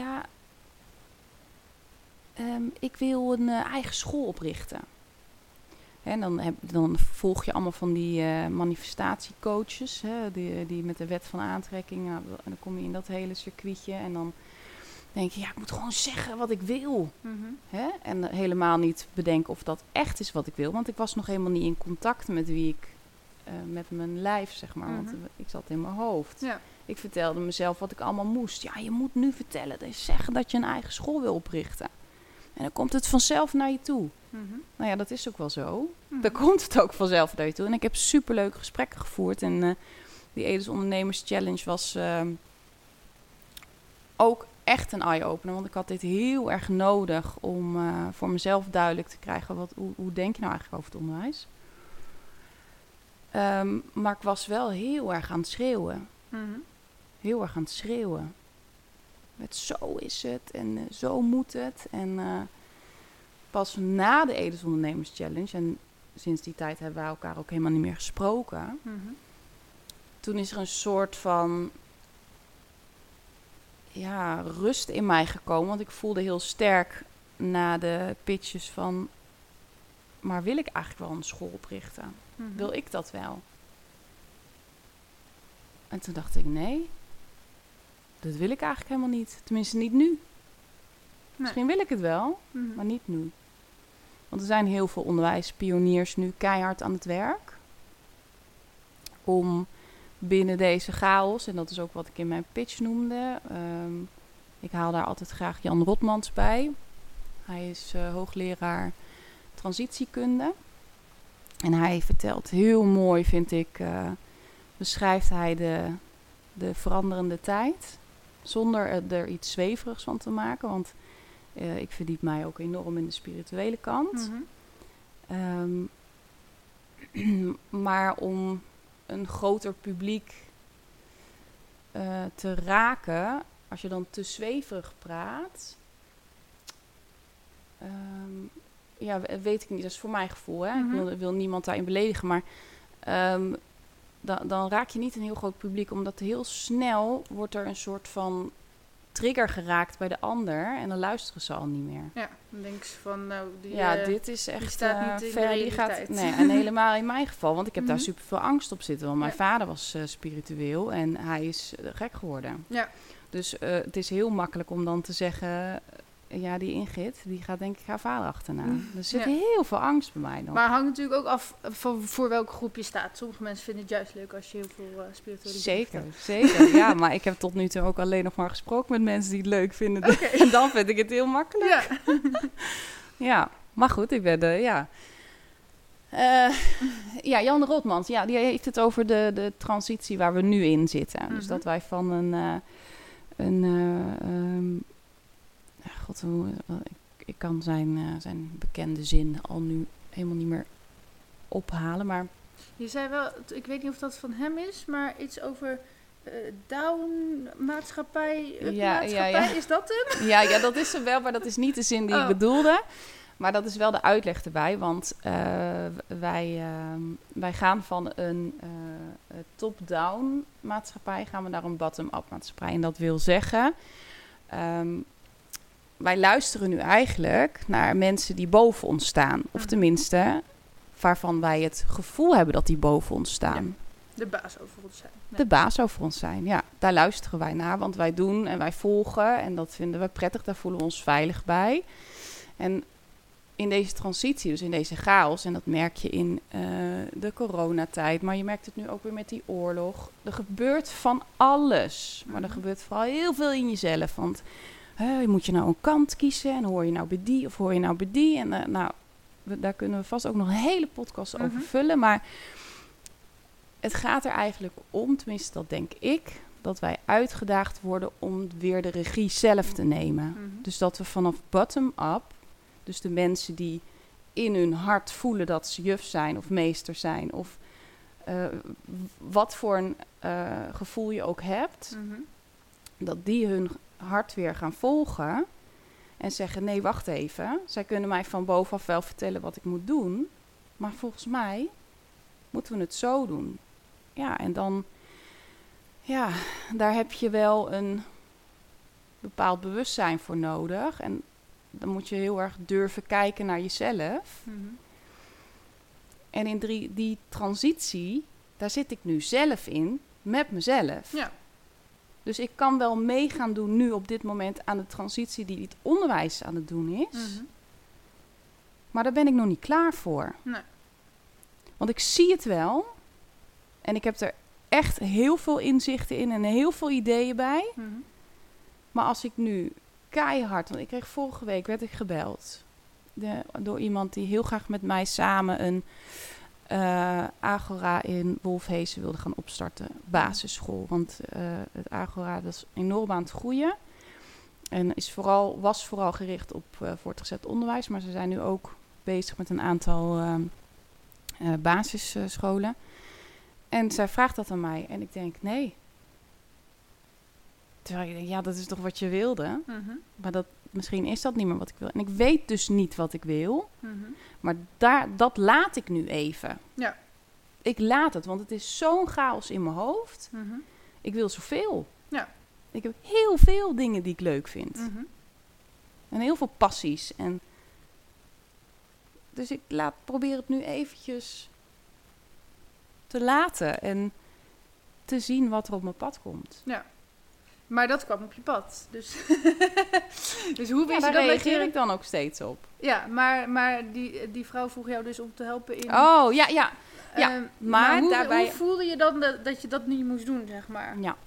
Ik wil een eigen school oprichten. En dan volg je allemaal van die manifestatiecoaches. Hè, die met de wet van aantrekking. En dan kom je in dat hele circuitje. En dan denk je, ja, ik moet gewoon zeggen wat ik wil. Mm-hmm. Hè? En helemaal niet bedenken of dat echt is wat ik wil. Want ik was nog helemaal niet in contact met wie ik... met mijn lijf, zeg maar. Mm-hmm. Want ik zat in mijn hoofd. Ja. Ik vertelde mezelf wat ik allemaal moest. Ja, je moet nu vertellen. Dus zeggen dat je een eigen school wil oprichten. En dan komt het vanzelf naar je toe. Mhm. Nou ja, dat is ook wel zo. Mhm. Dan komt het ook vanzelf naar je toe. En ik heb superleuke gesprekken gevoerd. En die Edes Ondernemers Challenge was ook echt een eye-opener. Want ik had dit heel erg nodig om voor mezelf duidelijk te krijgen. Hoe denk je nou eigenlijk over het onderwijs? Maar ik was wel heel erg aan het schreeuwen. Mhm. Heel erg aan het schreeuwen. Met zo is het en zo moet het. En pas na de Edes Ondernemers Challenge, en sinds die tijd hebben wij elkaar ook helemaal niet meer gesproken. Mhm. Toen is er een soort van rust in mij gekomen. Want ik voelde heel sterk na de pitches van, maar wil ik eigenlijk wel een school oprichten? Mhm. Wil ik dat wel? En toen dacht ik, nee, dat wil ik eigenlijk helemaal niet. Tenminste niet nu. Misschien wil ik het wel, Mhm. maar niet nu. Want er zijn heel veel onderwijspioniers nu keihard aan het werk. Om binnen deze chaos, en dat is ook wat ik in mijn pitch noemde. Ik haal daar altijd graag Jan Rotmans bij. Hij is hoogleraar transitiekunde. En hij vertelt heel mooi, vind ik, beschrijft hij de veranderende tijd. Zonder er iets zweverigs van te maken. Want ik verdiep mij ook enorm in de spirituele kant. Mhm. Maar om een groter publiek te raken, als je dan te zweverig praat, weet ik niet, dat is voor mijn gevoel. Hè? Mhm. Ik wil niemand daarin beledigen, maar dan raak je niet een heel groot publiek, omdat heel snel wordt er een soort van trigger geraakt bij de ander en dan luisteren ze al niet meer. Ja, dan denk ze van, nou, Dit is echt die staat niet in de ver, realiteit. nee, en helemaal in mijn geval, want ik heb daar Mhm. super veel angst op zitten. Want mijn Ja. vader was spiritueel en hij is gek geworden. Ja. Dus het is heel makkelijk om dan te zeggen, die Ingrid, die gaat denk ik haar vader achterna. Er zit heel veel angst bij mij dan. Maar het hangt natuurlijk ook af van voor welke groep je staat. Sommige mensen vinden het juist leuk als je heel veel spiritualiteit Zeker. Ja, maar ik heb tot nu toe ook alleen nog maar gesproken met mensen die het leuk vinden. Okay. En dan vind ik het heel makkelijk. Ja. Ja, maar goed, ik ben Jan Rotmans, die heeft het over de transitie waar we nu in zitten. Mhm. Dus dat wij van ik kan zijn bekende zin al nu helemaal niet meer ophalen, maar Je zei wel, ik weet niet of dat van hem is, maar iets over down-maatschappij, up-maatschappij. Ja. Is dat hem? Ja, dat is er wel, maar dat is niet de zin die ik bedoelde. Maar dat is wel de uitleg erbij, want wij gaan van een top-down maatschappij, gaan we naar een bottom-up maatschappij. En dat wil zeggen, wij luisteren nu eigenlijk naar mensen die boven ons staan. Of tenminste, waarvan wij het gevoel hebben dat die boven ons staan. Ja, de baas over ons zijn. De baas over ons zijn, ja. Daar luisteren wij naar, want wij doen en wij volgen. En dat vinden we prettig, daar voelen we ons veilig bij. En in deze transitie, dus in deze chaos, en dat merk je in de coronatijd, maar je merkt het nu ook weer met die oorlog. Er gebeurt van alles, maar er gebeurt vooral heel veel in jezelf. Want moet je nou een kant kiezen en hoor je nou bij die of hoor je nou bij die? En daar kunnen we vast ook nog een hele podcast over vullen, maar het gaat er eigenlijk om, tenminste dat denk ik, dat wij uitgedaagd worden om weer de regie zelf te nemen. Mhm. Dus dat we vanaf bottom-up, dus de mensen die in hun hart voelen dat ze juf zijn of meester zijn, of wat voor een gevoel je ook hebt, dat die hun hart weer gaan volgen en zeggen, nee, wacht even, zij kunnen mij van bovenaf wel vertellen wat ik moet doen, maar volgens mij moeten we het zo doen. Ja, en dan, daar heb je wel een bepaald bewustzijn voor nodig. En dan moet je heel erg durven kijken naar jezelf. En in die transitie, daar zit ik nu zelf in, met mezelf. Ja. Dus ik kan wel mee gaan doen nu op dit moment aan de transitie die het onderwijs aan het doen is. Maar daar ben ik nog niet klaar voor. Nee. Want ik zie het wel. En ik heb er echt heel veel inzichten in en heel veel ideeën bij. Maar als ik nu keihard. Want ik kreeg vorige week, werd ik gebeld. Door iemand die heel graag met mij samen een Agora in Wolfhezen wilde gaan opstarten. Basisschool. Want het Agora, dat is enorm aan het groeien. En was vooral gericht op voortgezet onderwijs. Maar ze zijn nu ook bezig met een aantal basisscholen. En zij vraagt dat aan mij. En ik denk, nee. Terwijl ik denk, ja, dat is toch wat je wilde? Mhm. Maar misschien is dat niet meer wat ik wil. En ik weet dus niet wat ik wil. Mhm. Maar dat laat ik nu even. Ja. Ik laat het, want het is zo'n chaos in mijn hoofd. Mhm. Ik wil zoveel. Ja. Ik heb heel veel dingen die ik leuk vind. Mhm. En heel veel passies. Dus ik probeer het nu eventjes te laten. En te zien wat er op mijn pad komt. Ja. Maar dat kwam op je pad. Dus, dus hoe wist je Daar dan dat reageer je... ik dan ook steeds op. Ja, maar die vrouw vroeg jou dus om te helpen in... Oh, ja. Ja, maar daarbij... hoe voelde je dan dat je dat niet moest doen, zeg maar? Ja.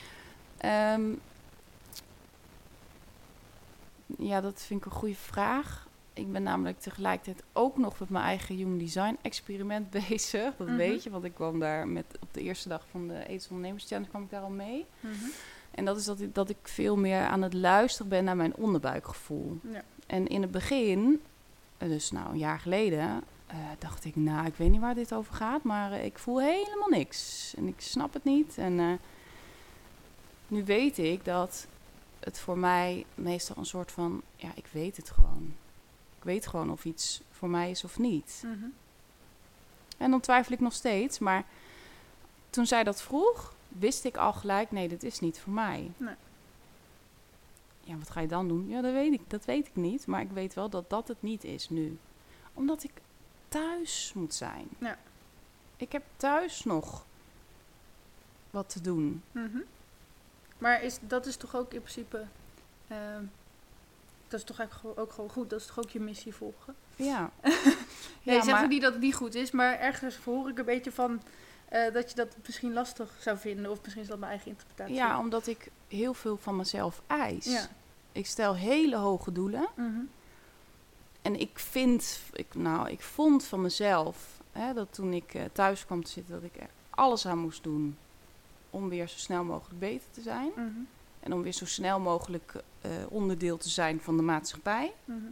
Ja, dat vind ik een goede vraag. Ik ben namelijk tegelijkertijd ook nog met mijn eigen Human Design experiment bezig. Dat weet je, want ik kwam daar op de eerste dag van de Ethisch Ondernemers Challenge kwam ik daar al mee. Mm-hmm. En dat is dat ik veel meer aan het luisteren ben naar mijn onderbuikgevoel. Ja. En in het begin, dus een jaar geleden, dacht ik, ik weet niet waar dit over gaat, maar ik voel helemaal niks. En ik snap het niet. En nu weet ik dat het voor mij meestal een soort van, ik weet het gewoon. Ik weet gewoon of iets voor mij is of niet. Mm-hmm. En dan twijfel ik nog steeds, maar toen zij dat vroeg, wist ik al gelijk, nee, dit is niet voor mij. Nee. Ja, wat ga je dan doen? Ja, dat weet ik niet, maar ik weet wel dat het niet is nu. Omdat ik thuis moet zijn. Ja. Ik heb thuis nog wat te doen. Mm-hmm. Maar dat is toch ook in principe... dat is toch eigenlijk ook gewoon goed? Dat is toch ook je missie volgen? Ja. Je zegt niet dat het niet goed is, maar ergens hoor ik een beetje van... dat je dat misschien lastig zou vinden. Of misschien is dat mijn eigen interpretatie. Ja, omdat ik heel veel van mezelf eis. Ja. Ik stel hele hoge doelen. Mm-hmm. En ik vond van mezelf, dat toen ik thuis kwam te zitten, dat ik er alles aan moest doen om weer zo snel mogelijk beter te zijn. Mm-hmm. En om weer zo snel mogelijk onderdeel te zijn van de maatschappij. Mm-hmm.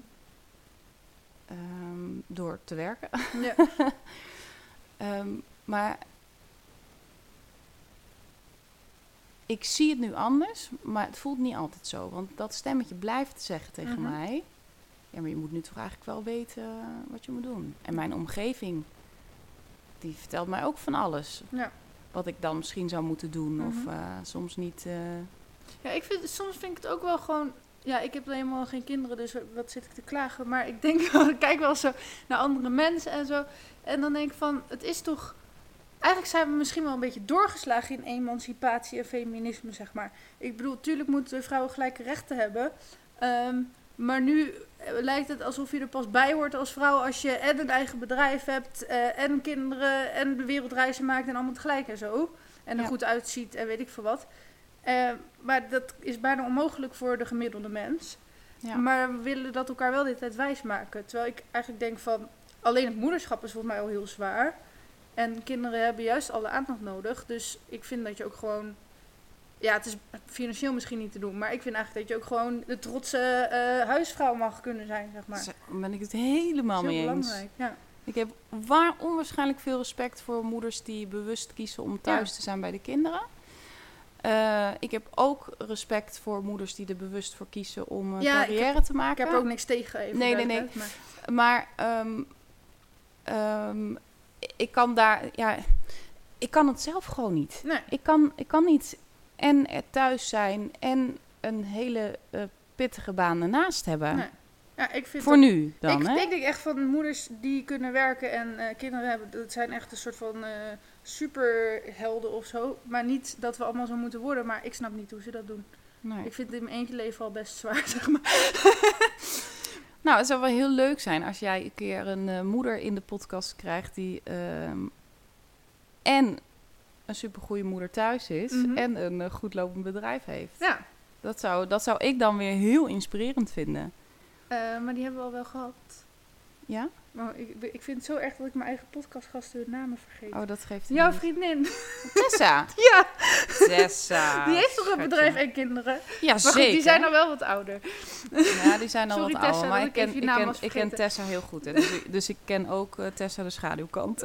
Door te werken. Ja. Maar ik zie het nu anders, maar het voelt niet altijd zo. Want dat stemmetje blijft zeggen tegen mij... Ja, maar je moet nu toch eigenlijk wel weten wat je moet doen. En mijn omgeving, die vertelt mij ook van alles. Ja. Wat ik dan misschien zou moeten doen of soms niet... Ja, soms vind ik het ook wel gewoon... Ja, ik heb helemaal geen kinderen, dus wat zit ik te klagen? Maar ik denk wel, ik kijk wel zo naar andere mensen en zo. En dan denk ik van, het is toch... Eigenlijk zijn we misschien wel een beetje doorgeslagen in emancipatie en feminisme, zeg maar. Ik bedoel, natuurlijk moeten vrouwen gelijke rechten hebben. Maar nu lijkt het alsof je er pas bij hoort als vrouw als je en een eigen bedrijf hebt en kinderen en de wereldreizen maakt en allemaal tegelijk en zo. En er goed uitziet en weet ik veel wat. Maar dat is bijna onmogelijk voor de gemiddelde mens. Ja. Maar we willen dat elkaar wel de tijd wijsmaken. Terwijl ik eigenlijk denk van, alleen het moederschap is volgens mij al heel zwaar. En kinderen hebben juist alle aandacht nodig. Dus ik vind dat je ook gewoon... Ja, het is financieel misschien niet te doen. Maar ik vind eigenlijk dat je ook gewoon de trotse huisvrouw mag kunnen zijn, zeg maar. Daar ben ik het helemaal mee eens. Belangrijk, ja. Ik heb onwaarschijnlijk veel respect voor moeders die bewust kiezen om thuis te zijn bij de kinderen. Ik heb ook respect voor moeders die er bewust voor kiezen om een carrière te maken. Ik heb er ook niks tegen. Even nee. Maar ik kan daar... Ja, ik kan het zelf gewoon niet. Nee. Ik kan niet en er thuis zijn en een hele pittige baan ernaast hebben. Nee. Ja, ik vind voor nu dan, ik denk echt van moeders die kunnen werken en kinderen hebben. Dat zijn echt een soort van superhelden of zo. Maar niet dat we allemaal zo moeten worden. Maar ik snap niet hoe ze dat doen. Nee. Ik vind het in mijn eentje leven al best zwaar, zeg maar. Nou, het zou wel heel leuk zijn als jij een keer een moeder in de podcast krijgt die en een supergoeie moeder thuis is en een goed lopend bedrijf heeft. Ja. Dat zou ik dan weer heel inspirerend vinden. Maar die hebben we al wel gehad. Ja? Maar ik vind het zo erg dat ik mijn eigen podcastgasten hun namen vergeet. Oh, dat geeft Jouw niet. vriendin. Tessa. Ja. Tessa. Die heeft toch een bedrijf en kinderen? Ja, Maar goed, zeker. die zijn al wel wat ouder. Ja, die zijn al Sorry, wat Tessa, ouder. Maar dat ik even je naam was ik ken vergeten. Tessa heel goed. Hè. Dus ik ken ook Tessa de schaduwkant.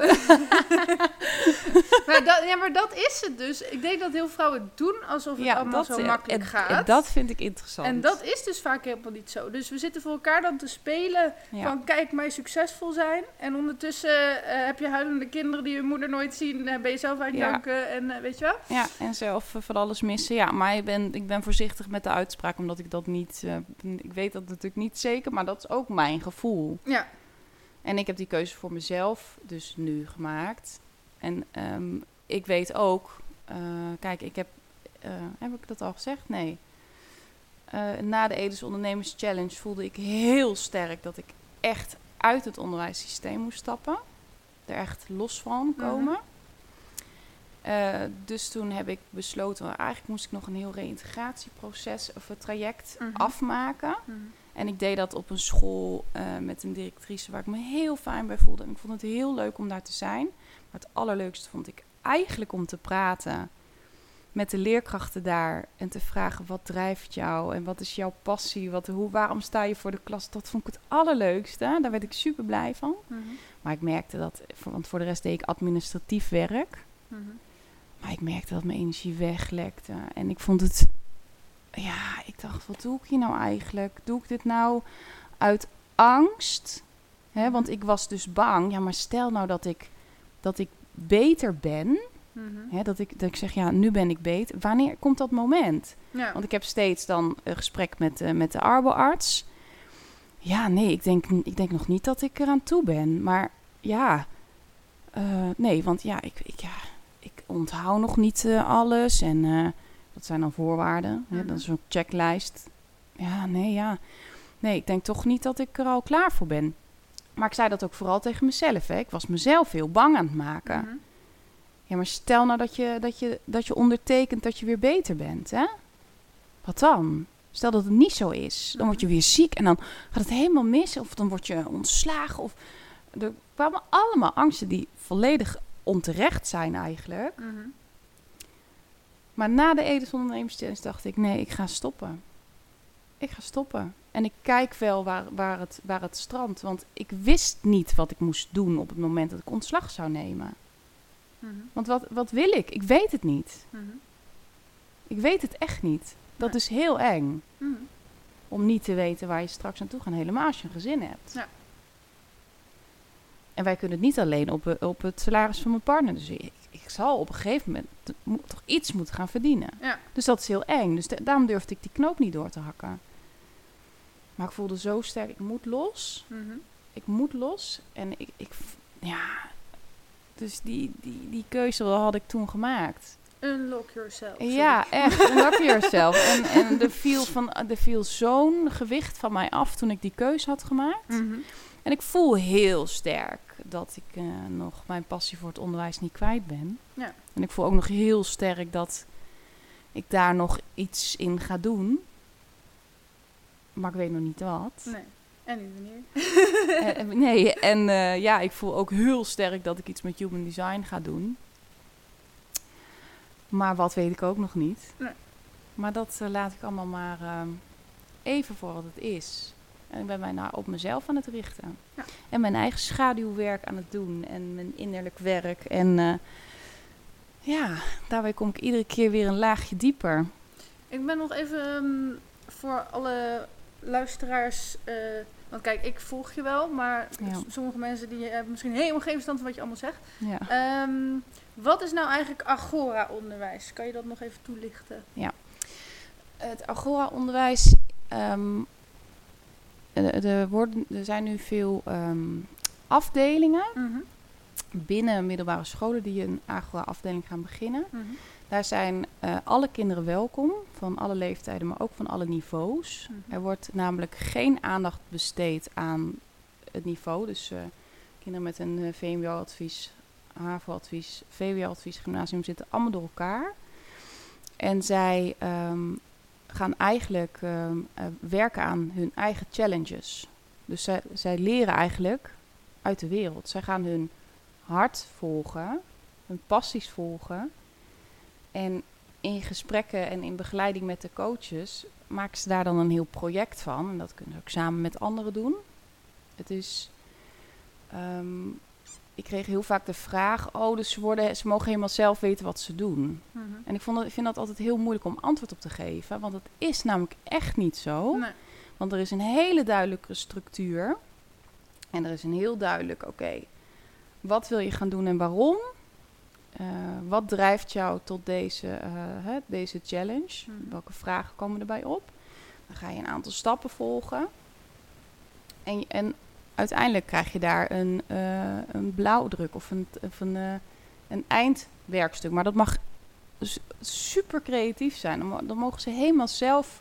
Maar dat is het dus. Ik denk dat heel veel vrouwen het doen alsof het allemaal zo makkelijk gaat. En dat vind ik interessant. En dat is dus vaak helemaal niet zo. Dus we zitten voor elkaar dan te spelen van kijk mij succesvol zijn. En ondertussen heb je huilende kinderen die hun moeder nooit zien. Ben je zelf aan het janken en weet je wel? Ja, en zelf van alles missen. Ja, maar ik ben voorzichtig met de uitspraak, omdat ik dat niet... ik weet dat natuurlijk niet zeker, maar dat is ook mijn gevoel. Ja. En ik heb die keuze voor mezelf dus nu gemaakt. En ik weet ook... kijk, ik heb ik dat al gezegd? Nee. Na de Edes Ondernemers Challenge voelde ik heel sterk dat ik echt uit het onderwijssysteem moest stappen. Er echt los van komen. Dus toen heb ik besloten, eigenlijk moest ik nog een heel reïntegratieproces of een traject afmaken. En ik deed dat op een school met een directrice waar ik me heel fijn bij voelde. En ik vond het heel leuk om daar te zijn. Maar het allerleukste vond ik eigenlijk om te praten met de leerkrachten daar en te vragen wat drijft jou en wat is jouw passie, waarom sta je voor de klas. Dat vond ik het allerleukste. Daar werd ik super blij van. Maar ik merkte dat, want voor de rest deed ik administratief werk. Maar ik merkte dat mijn energie weglekte. En ik vond het... Ja, ik dacht, wat doe ik hier nou eigenlijk? Doe ik dit nou uit angst? Want ik was dus bang. Ja, maar stel nou dat ik beter ben. Dat ik zeg, ja, nu ben ik beter. Wanneer komt dat moment? Ja. Want ik heb steeds dan een gesprek met de arboarts. Ja, nee, ik denk nog niet dat ik eraan toe ben. Maar ja, nee, want ja, ik onthoud nog niet alles. En dat zijn dan voorwaarden. Dat is een checklist. Ja, nee, ik denk toch niet dat ik er al klaar voor ben. Maar ik zei dat ook vooral tegen mezelf. Hè. Ik was mezelf heel bang aan het maken. Ja, maar stel nou dat je ondertekent dat je weer beter bent. Hè? Wat dan? Stel dat het niet zo is. Dan word je weer ziek en dan gaat het helemaal mis. Of dan word je ontslagen. Of er kwamen allemaal angsten die volledig onterecht zijn eigenlijk. Maar na de Edes Ondernemers Challenge dacht ik, nee, ik ga stoppen. Ik ga stoppen. En ik kijk wel waar het strandt. Want ik wist niet wat ik moest doen op het moment dat ik ontslag zou nemen. Want wat wil ik? Ik weet het niet. Ik weet het echt niet. Dat is heel eng. Om niet te weten waar je straks naartoe gaat. Helemaal als je een gezin hebt. Ja. En wij kunnen het niet alleen op het salaris van mijn partner. Dus ik zal op een gegeven moment toch iets moeten gaan verdienen. Ja. Dus dat is heel eng. Dus daarom durfde ik die knoop niet door te hakken. Maar ik voelde zo sterk, ik moet los. Ik moet los. En dus die keuze had ik toen gemaakt. Unlock yourself. Ja, echt. Unlock yourself. En er viel zo'n gewicht van mij af toen ik die keuze had gemaakt. En ik voel heel sterk dat ik nog mijn passie voor het onderwijs niet kwijt ben. Ja. En ik voel ook nog heel sterk dat ik daar nog iets in ga doen. Maar ik weet nog niet wat. Nee. En niet wanneer. Ik voel ook heel sterk dat ik iets met human design ga doen. Maar wat weet ik ook nog niet. Nee. Maar dat laat ik allemaal maar even voor wat het is. En ik ben mij op mezelf aan het richten. Ja. En mijn eigen schaduwwerk aan het doen. En mijn innerlijk werk. En daarbij kom ik iedere keer weer een laagje dieper. Ik ben nog even voor alle luisteraars... want kijk, ik volg je wel, maar sommige mensen die hebben misschien helemaal geen verstand van wat je allemaal zegt. Ja. Wat is nou eigenlijk Agora-onderwijs? Kan je dat nog even toelichten? Ja. Het Agora-onderwijs... er zijn nu veel afdelingen binnen middelbare scholen die een Agora-afdeling gaan beginnen. Daar zijn alle kinderen welkom, van alle leeftijden, maar ook van alle niveaus. Er wordt namelijk geen aandacht besteed aan het niveau. Dus kinderen met een VMBO-advies, HAVO-advies, VWO-advies, gymnasium zitten allemaal door elkaar. En zij gaan eigenlijk werken aan hun eigen challenges. Dus zij leren eigenlijk uit de wereld. Zij gaan hun hart volgen, hun passies volgen. En in gesprekken en in begeleiding met de coaches maken ze daar dan een heel project van. En dat kunnen ze ook samen met anderen doen. Het is... ik kreeg heel vaak de vraag, dus ze mogen helemaal zelf weten wat ze doen. Mhm. En ik vind dat altijd heel moeilijk om antwoord op te geven. Want dat is namelijk echt niet zo. Nee. Want er is een hele duidelijke structuur. En er is een heel duidelijk, wat wil je gaan doen en waarom? Wat drijft jou tot deze challenge? Mhm. Welke vragen komen erbij op? Dan ga je een aantal stappen volgen. En uiteindelijk krijg je daar een blauwdruk of een eindwerkstuk. Maar dat mag dus super creatief zijn. Dan mogen ze helemaal zelf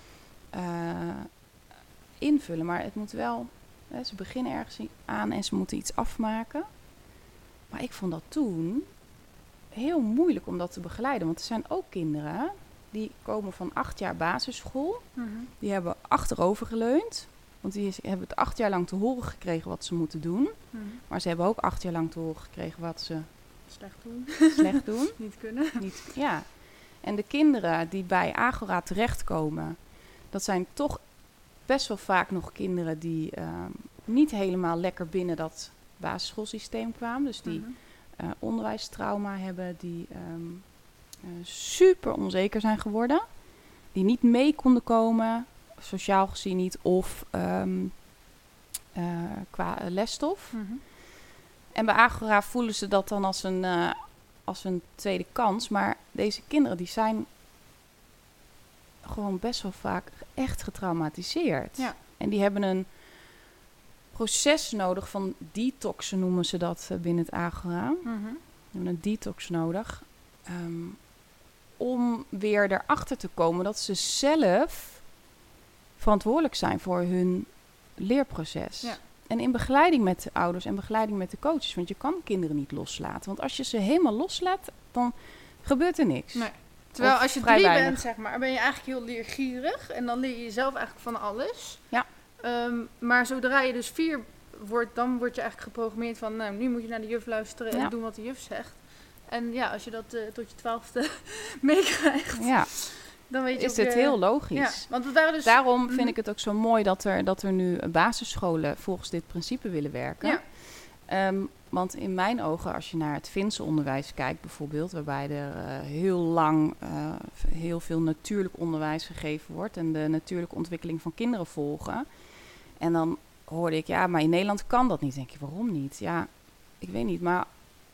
invullen. Maar het moet wel... ze beginnen ergens aan en ze moeten iets afmaken. Maar ik vond dat toen heel moeilijk om dat te begeleiden. Want er zijn ook kinderen die komen van 8 jaar basisschool. Mhm. Die hebben achterover geleund. Want die hebben het 8 jaar lang te horen gekregen wat ze moeten doen. Mhm. Maar ze hebben ook 8 jaar lang te horen gekregen wat ze Slecht doen. doen. Niet kunnen. Ja. En de kinderen die bij Agora terechtkomen, dat zijn toch best wel vaak nog kinderen die niet helemaal lekker binnen dat basisschoolsysteem kwamen. Dus die Mhm. onderwijstrauma hebben, die super onzeker zijn geworden. Die niet mee konden komen, sociaal gezien niet, of qua lesstof. Mhm. En bij Agora voelen ze dat dan als een tweede kans. Maar deze kinderen die zijn gewoon best wel vaak echt getraumatiseerd. Ja. En die hebben een proces nodig van detoxen, noemen ze dat binnen het Agora. Mhm. Die hebben een detox nodig. Om weer erachter te komen dat ze zelf verantwoordelijk zijn voor hun leerproces. Ja. En in begeleiding met de ouders en begeleiding met de coaches. Want je kan kinderen niet loslaten. Want als je ze helemaal loslaat, dan gebeurt er niks. Nee. Terwijl Of als je vrij 3 weinig. bent, zeg maar, ben je eigenlijk heel leergierig. En dan leer je jezelf eigenlijk van alles. Ja. Maar zodra je dus 4 wordt, dan word je eigenlijk geprogrammeerd van... Nou, nu moet je naar de juf luisteren en Ja. doen wat de juf zegt. En ja, als je dat tot je 12e meekrijgt, Ja, dan weet je is ook dit weer- heel logisch. Ja, want we waren dus... Daarom Mhm. vind ik het ook zo mooi dat er nu basisscholen volgens dit principe willen werken. Ja. Want in mijn ogen, als je naar het Finse onderwijs kijkt bijvoorbeeld, waarbij er heel lang heel veel natuurlijk onderwijs gegeven wordt en de natuurlijke ontwikkeling van kinderen volgen. En dan hoorde ik, ja, maar in Nederland kan dat niet. Denk je, waarom niet? Ja, ik weet niet, maar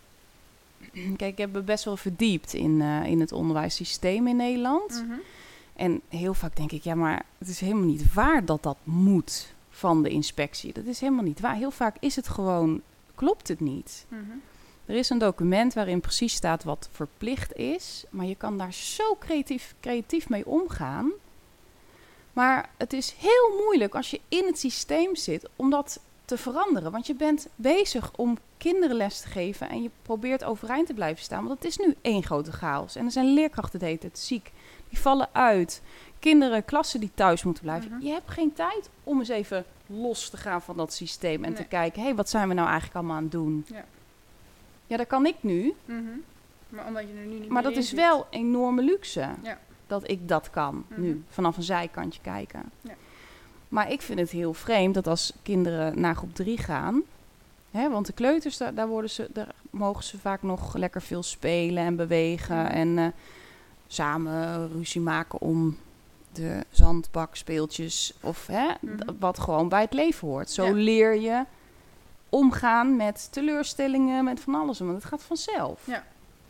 kijk, ik heb me best wel verdiept in het onderwijssysteem in Nederland. Mhm. En heel vaak denk ik, ja, maar het is helemaal niet waar dat dat moet van de inspectie. Dat is helemaal niet waar. Heel vaak is het gewoon, klopt het niet. Mhm. Er is een document waarin precies staat wat verplicht is. Maar je kan daar zo creatief mee omgaan. Maar het is heel moeilijk als je in het systeem zit om dat te veranderen. Want je bent bezig om kinderen les te geven en je probeert overeind te blijven staan. Want het is nu één grote chaos. En er zijn leerkrachten de hele tijd ziek. Die vallen uit. Kinderen, klassen die thuis moeten blijven. Mhm. Je hebt geen tijd om eens even los te gaan van dat systeem. En Nee. te kijken, hé, wat zijn we nou eigenlijk allemaal aan het doen? Ja. Ja, dat kan ik nu. Mhm. Maar omdat je er nu niet Maar meer dat in is zit. wel enorme luxe. Ja. Dat ik dat kan Mhm. nu. Vanaf een zijkantje kijken. Ja. Maar ik vind het heel vreemd dat als kinderen naar groep 3 gaan. Hè, want de kleuters, daar mogen ze vaak nog lekker veel spelen en bewegen. Mhm. En samen ruzie maken om de zandbakspeeltjes. Of Mhm. wat gewoon bij het leven hoort. Zo Ja. leer je omgaan met teleurstellingen, met van alles. Want het gaat vanzelf. Ja.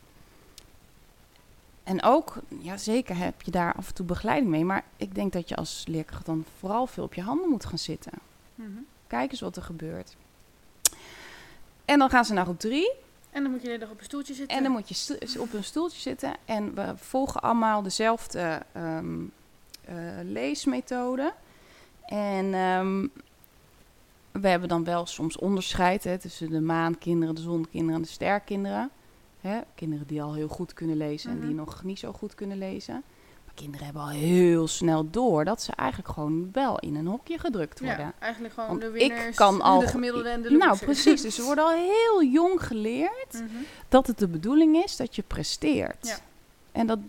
En ook, ja zeker heb je daar af en toe begeleiding mee. Maar ik denk dat je als leerkracht dan vooral veel op je handen moet gaan zitten. Mhm. Kijk eens wat er gebeurt. En dan gaan ze naar groep 3. En dan moet je de hele dag op een stoeltje zitten. En dan moet je op een stoeltje zitten. En we volgen allemaal dezelfde leesmethode. En we hebben dan wel soms onderscheid tussen de maankinderen, de zonkinderen en de sterkinderen. Kinderen die al heel goed kunnen lezen en die Mhm. nog niet zo goed kunnen lezen. kinderen hebben al heel snel door dat ze eigenlijk gewoon wel in een hokje gedrukt worden. Ja, eigenlijk gewoon Want de winners, ik kan al de gemiddelde en de losers. Nou, precies. Dus ze worden al heel jong geleerd dat het de bedoeling is dat je presteert. Ja. En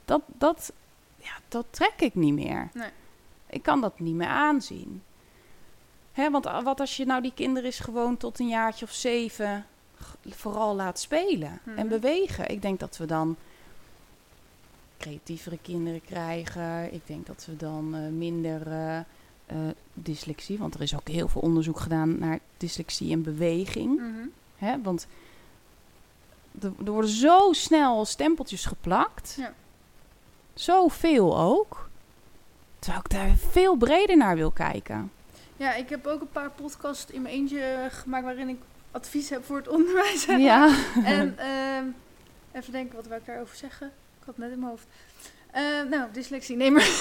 dat trek ik niet meer. Nee. Ik kan dat niet meer aanzien. Want wat als je nou die kinderen is gewoon tot een jaartje of 7 vooral laat spelen en bewegen. Ik denk dat we dan creatievere kinderen krijgen. Ik denk dat we dan minder dyslexie, want er is ook heel veel onderzoek gedaan naar dyslexie en beweging. Want er worden zo snel stempeltjes geplakt. Ja. Zoveel ook. Terwijl ik daar veel breder naar wil kijken. Ja, ik heb ook een paar podcasts in mijn eentje gemaakt waarin ik advies heb voor het onderwijs. Ja. En even denken, wat wou ik daarover zeggen? Ik had het net in mijn hoofd. Dyslexie, nee maar.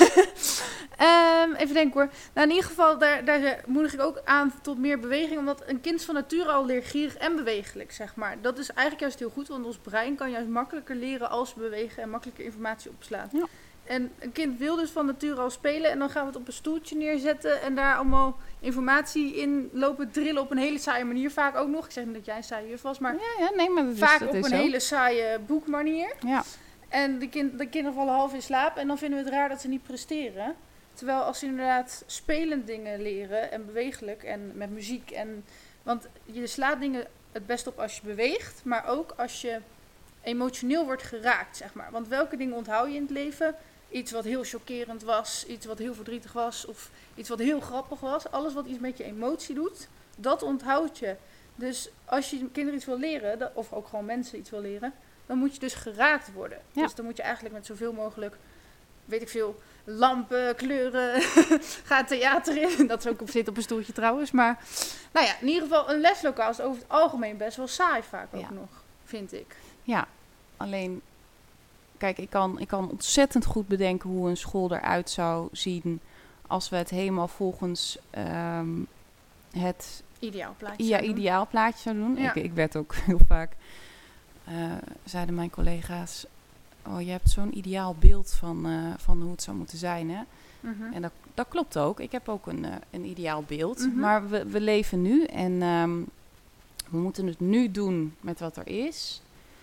Even denken hoor. Nou, in ieder geval, daar moedig ik ook aan tot meer beweging. Omdat een kind is van nature al leergierig en bewegelijk, zeg maar. Dat is eigenlijk juist heel goed, want ons brein kan juist makkelijker leren als we bewegen en makkelijker informatie opslaan. Ja. En een kind wil dus van nature al spelen en dan gaan we het op een stoeltje neerzetten en daar allemaal informatie in lopen drillen op een hele saaie manier. Vaak ook nog. Ik zeg niet dat jij een saaie juf was, maar, maar dat vaak is, op een hele saaie boekmanier. Ja. En de kinderen vallen half in slaap en dan vinden we het raar dat ze niet presteren. Terwijl als ze inderdaad spelend dingen leren en bewegelijk en met muziek. Want je slaat dingen het best op als je beweegt, maar ook als je emotioneel wordt geraakt, zeg maar. Want welke dingen onthoud je in het leven? Iets wat heel chockerend was, iets wat heel verdrietig was of iets wat heel grappig was. Alles wat iets met je emotie doet, dat onthoud je. Dus als je kinderen iets wil leren, of ook gewoon mensen iets wil leren, dan moet je dus geraakt worden. Ja. Dus dan moet je eigenlijk met zoveel mogelijk, weet ik veel, lampen, kleuren, ga het theater in. Dat is ook op zitten op een stoeltje trouwens. Maar nou ja, in ieder geval een leslokaal is over het algemeen best wel saai vaak ook nog, vind ik. Ja, alleen, kijk, ik kan ontzettend goed bedenken hoe een school eruit zou zien als we het helemaal volgens het ideaalplaatje zouden doen. Ja. Ik werd ook heel vaak, zeiden mijn collega's, oh, je hebt zo'n ideaal beeld van hoe het zou moeten zijn, hè? En dat klopt ook. Ik heb ook een ideaal beeld. Maar we leven nu en we moeten het nu doen met wat er is.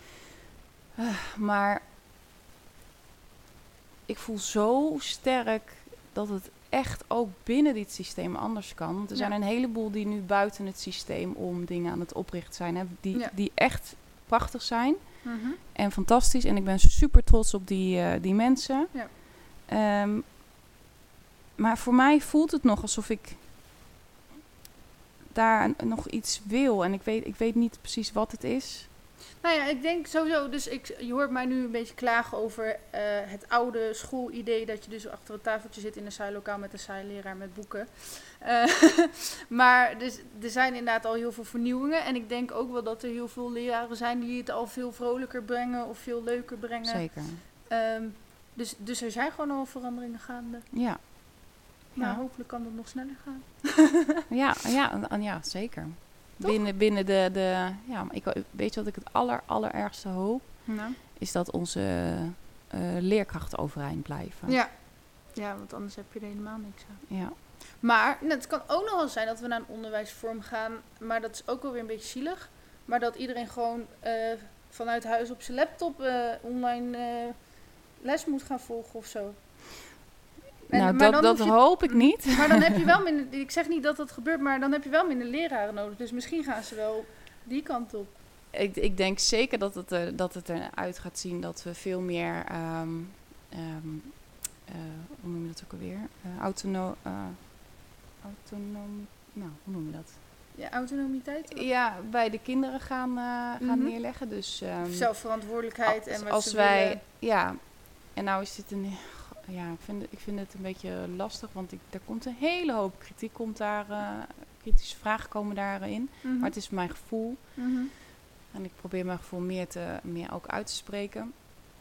Maar ik voel zo sterk dat het echt ook binnen dit systeem anders kan. Want er zijn een heleboel die nu buiten het systeem om dingen aan het oprichten zijn. Hè, die echt prachtig zijn. En fantastisch. En ik ben super trots op die mensen. Ja. Maar voor mij voelt het nog alsof ik daar nog iets wil. En ik weet niet precies wat het is. Nou ja, ik denk sowieso, dus je hoort mij nu een beetje klagen over het oude schoolidee dat je dus achter het tafeltje zit in een saai lokaal met een saai leraar met boeken. Maar dus, er zijn inderdaad al heel veel vernieuwingen en ik denk ook wel dat er heel veel leraren zijn die het al veel vrolijker brengen of veel leuker brengen. Zeker. Dus er zijn gewoon al veranderingen gaande. Ja. Maar hopelijk kan dat nog sneller gaan. Ja, zeker. Binnen de weet je wat ik het allerergste hoop? Nou. Is dat onze leerkrachten overeind blijven. Ja, want anders heb je er helemaal niks aan. Ja. Maar het kan ook nog wel zijn dat we naar een onderwijsvorm gaan, maar dat is ook wel weer een beetje zielig. Maar dat iedereen gewoon vanuit huis op zijn laptop online les moet gaan volgen of zo. Dat hoop ik niet. Maar dan heb je wel minder, ik zeg niet dat dat gebeurt, maar dan heb je wel minder leraren nodig. Dus misschien gaan ze wel die kant op. Ik denk zeker dat het eruit gaat zien dat we veel meer, hoe noem je dat ook alweer? Hoe noem je dat? Ja, autonomiteit? Ja, bij de kinderen gaan neerleggen. Dus, zelfverantwoordelijkheid en wat als ze wij willen. Ja, en nou is dit ik vind het een beetje lastig, want er komt een hele hoop kritiek, kritische vragen komen daarin. Maar het is mijn gevoel. En ik probeer mijn gevoel meer ook uit te spreken.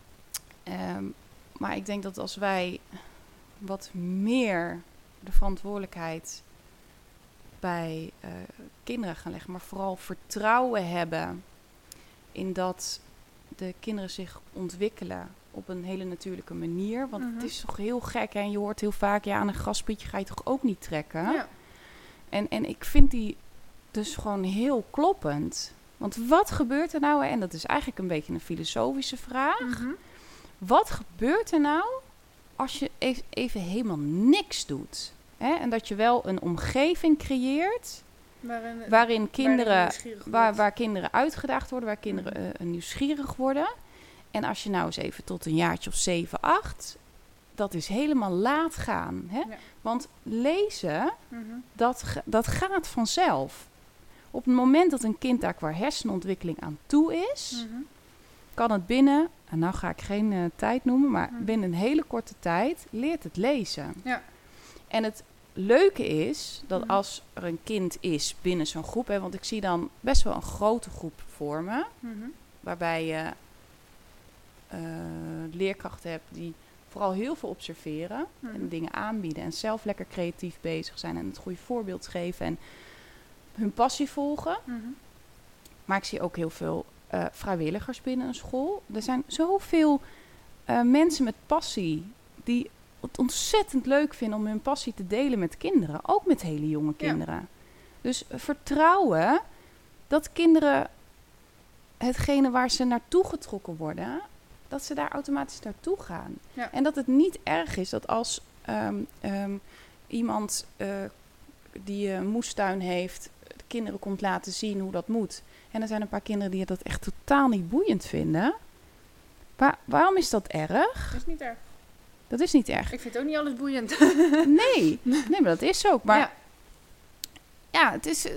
Maar ik denk dat als wij wat meer de verantwoordelijkheid bij kinderen gaan leggen, maar vooral vertrouwen hebben in dat de kinderen zich ontwikkelen op een hele natuurlijke manier. Want het is toch heel gek. Hè? En je hoort heel vaak, aan een grasprietje ga je toch ook niet trekken? Ja. En ik vind die dus gewoon heel kloppend. Want wat gebeurt er nou? En dat is eigenlijk een beetje een filosofische vraag. Mhm. Wat gebeurt er nou als je even helemaal niks doet? Hè? En dat je wel een omgeving creëert waarin kinderen, waar kinderen uitgedaagd worden, waar kinderen nieuwsgierig worden. En als je nou eens even tot een jaartje of 7, 8, dat is helemaal laat gaan. Hè? Ja. Want lezen, dat gaat vanzelf. Op het moment dat een kind daar qua hersenontwikkeling aan toe is, kan het binnen, en nou ga ik geen tijd noemen, maar binnen een hele korte tijd leert het lezen. Ja. En het leuke is dat als er een kind is binnen zo'n groep, hè, want ik zie dan best wel een grote groep vormen, waarbij je leerkrachten hebt die vooral heel veel observeren en dingen aanbieden en zelf lekker creatief bezig zijn en het goede voorbeeld geven en hun passie volgen. Maar ik zie ook heel veel vrijwilligers binnen een school. Er zijn zoveel mensen met passie die het ontzettend leuk vinden om hun passie te delen met kinderen. Ook met hele jonge kinderen. Ja. Dus vertrouwen dat kinderen hetgene waar ze naartoe getrokken worden, dat ze daar automatisch naartoe gaan. Ja. En dat het niet erg is dat als iemand die een moestuin heeft, de kinderen komt laten zien hoe dat moet. En er zijn een paar kinderen die dat echt totaal niet boeiend vinden. Waarom is dat erg? Dat is niet erg. Dat is niet erg. Ik vind ook niet alles boeiend. Nee, maar dat is ook. Maar ja het is...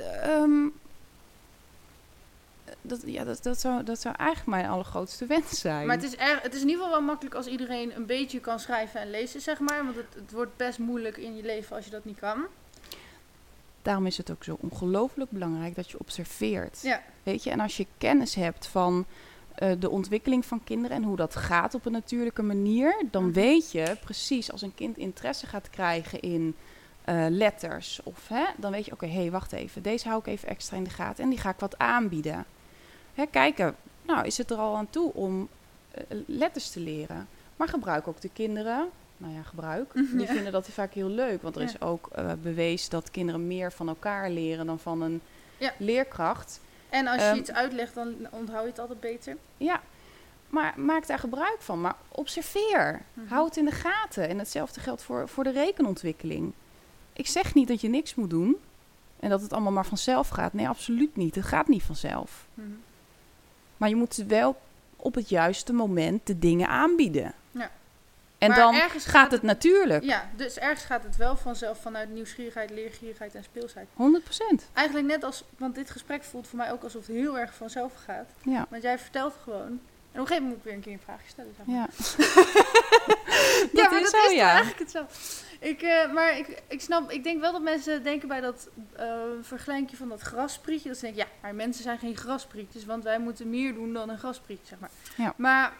Dat zou eigenlijk mijn allergrootste wens zijn. Maar het is in ieder geval wel makkelijk als iedereen een beetje kan schrijven en lezen, zeg maar. Want het wordt best moeilijk in je leven als je dat niet kan. Daarom is het ook zo ongelooflijk belangrijk dat je observeert. Ja. Weet je, en als je kennis hebt van de ontwikkeling van kinderen en hoe dat gaat op een natuurlijke manier, dan weet je precies als een kind interesse gaat krijgen in letters, dan weet je, oké, wacht even, deze hou ik even extra in de gaten en die ga ik wat aanbieden. Kijken, nou is het er al aan toe om letters te leren. Maar gebruik ook de kinderen. Die vinden dat vaak heel leuk. Want er is ook bewezen dat kinderen meer van elkaar leren dan van een leerkracht. En als je iets uitlegt, dan onthoud je het altijd beter. Ja, maar maak daar gebruik van. Maar observeer. Hou het in de gaten. En hetzelfde geldt voor de rekenontwikkeling. Ik zeg niet dat je niks moet doen. En dat het allemaal maar vanzelf gaat. Nee, absoluut niet. Het gaat niet vanzelf. Maar je moet wel op het juiste moment de dingen aanbieden. Ja. En maar dan gaat het natuurlijk. Ja, dus ergens gaat het wel vanzelf vanuit nieuwsgierigheid, leergierigheid en speelsheid. 100%. Eigenlijk net als, want dit gesprek voelt voor mij ook alsof het heel erg vanzelf gaat. Ja. Want jij vertelt gewoon. En op een gegeven moment moet ik weer een keer een vraagje stellen. Zeg maar. Ja. Dat is eigenlijk hetzelfde. Ik denk wel dat mensen denken bij dat vergelijkje van dat grasprietje. Dat ze denken, maar mensen zijn geen grasprietjes, want wij moeten meer doen dan een grasprietje, zeg maar. Ja. Maar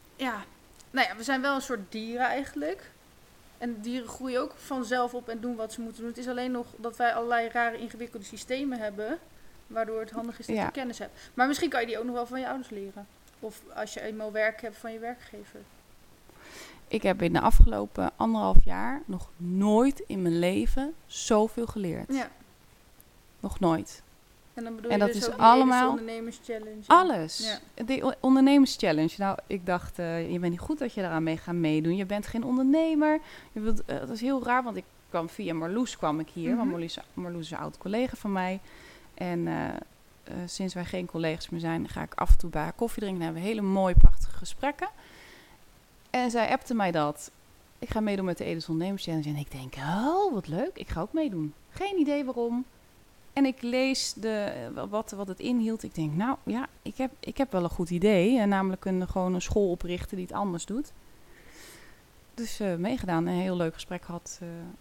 we zijn wel een soort dieren eigenlijk. En dieren groeien ook vanzelf op en doen wat ze moeten doen. Het is alleen nog dat wij allerlei rare ingewikkelde systemen hebben, waardoor het handig is dat je kennis hebt. Maar misschien kan je die ook nog wel van je ouders leren. Of als je eenmaal werk hebt van je werkgever. Ik heb in de afgelopen 1,5 jaar nog nooit in mijn leven zoveel geleerd. Ja. Nog nooit. En dan bedoel je dat dus is ook allemaal ondernemerschallenge. Alles. Ja. De ondernemerschallenge. Nou, ik dacht, je bent niet goed dat je daaraan mee gaat meedoen. Je bent geen ondernemer. Dat is heel raar, want ik kwam via Marloes hier. Want Marloes is een oud collega van mij. En sinds wij geen collega's meer zijn, ga ik af en toe bij haar koffie drinken. En hebben we hele mooie, prachtige gesprekken. En zij appte mij dat. Ik ga meedoen met de Edels Ondernemerschallenge. En ik denk, wat leuk. Ik ga ook meedoen. Geen idee waarom. En ik lees wat het inhield. Ik denk, ik heb wel een goed idee. En namelijk gewoon een school oprichten die het anders doet. Dus meegedaan en een heel leuk gesprek gehad.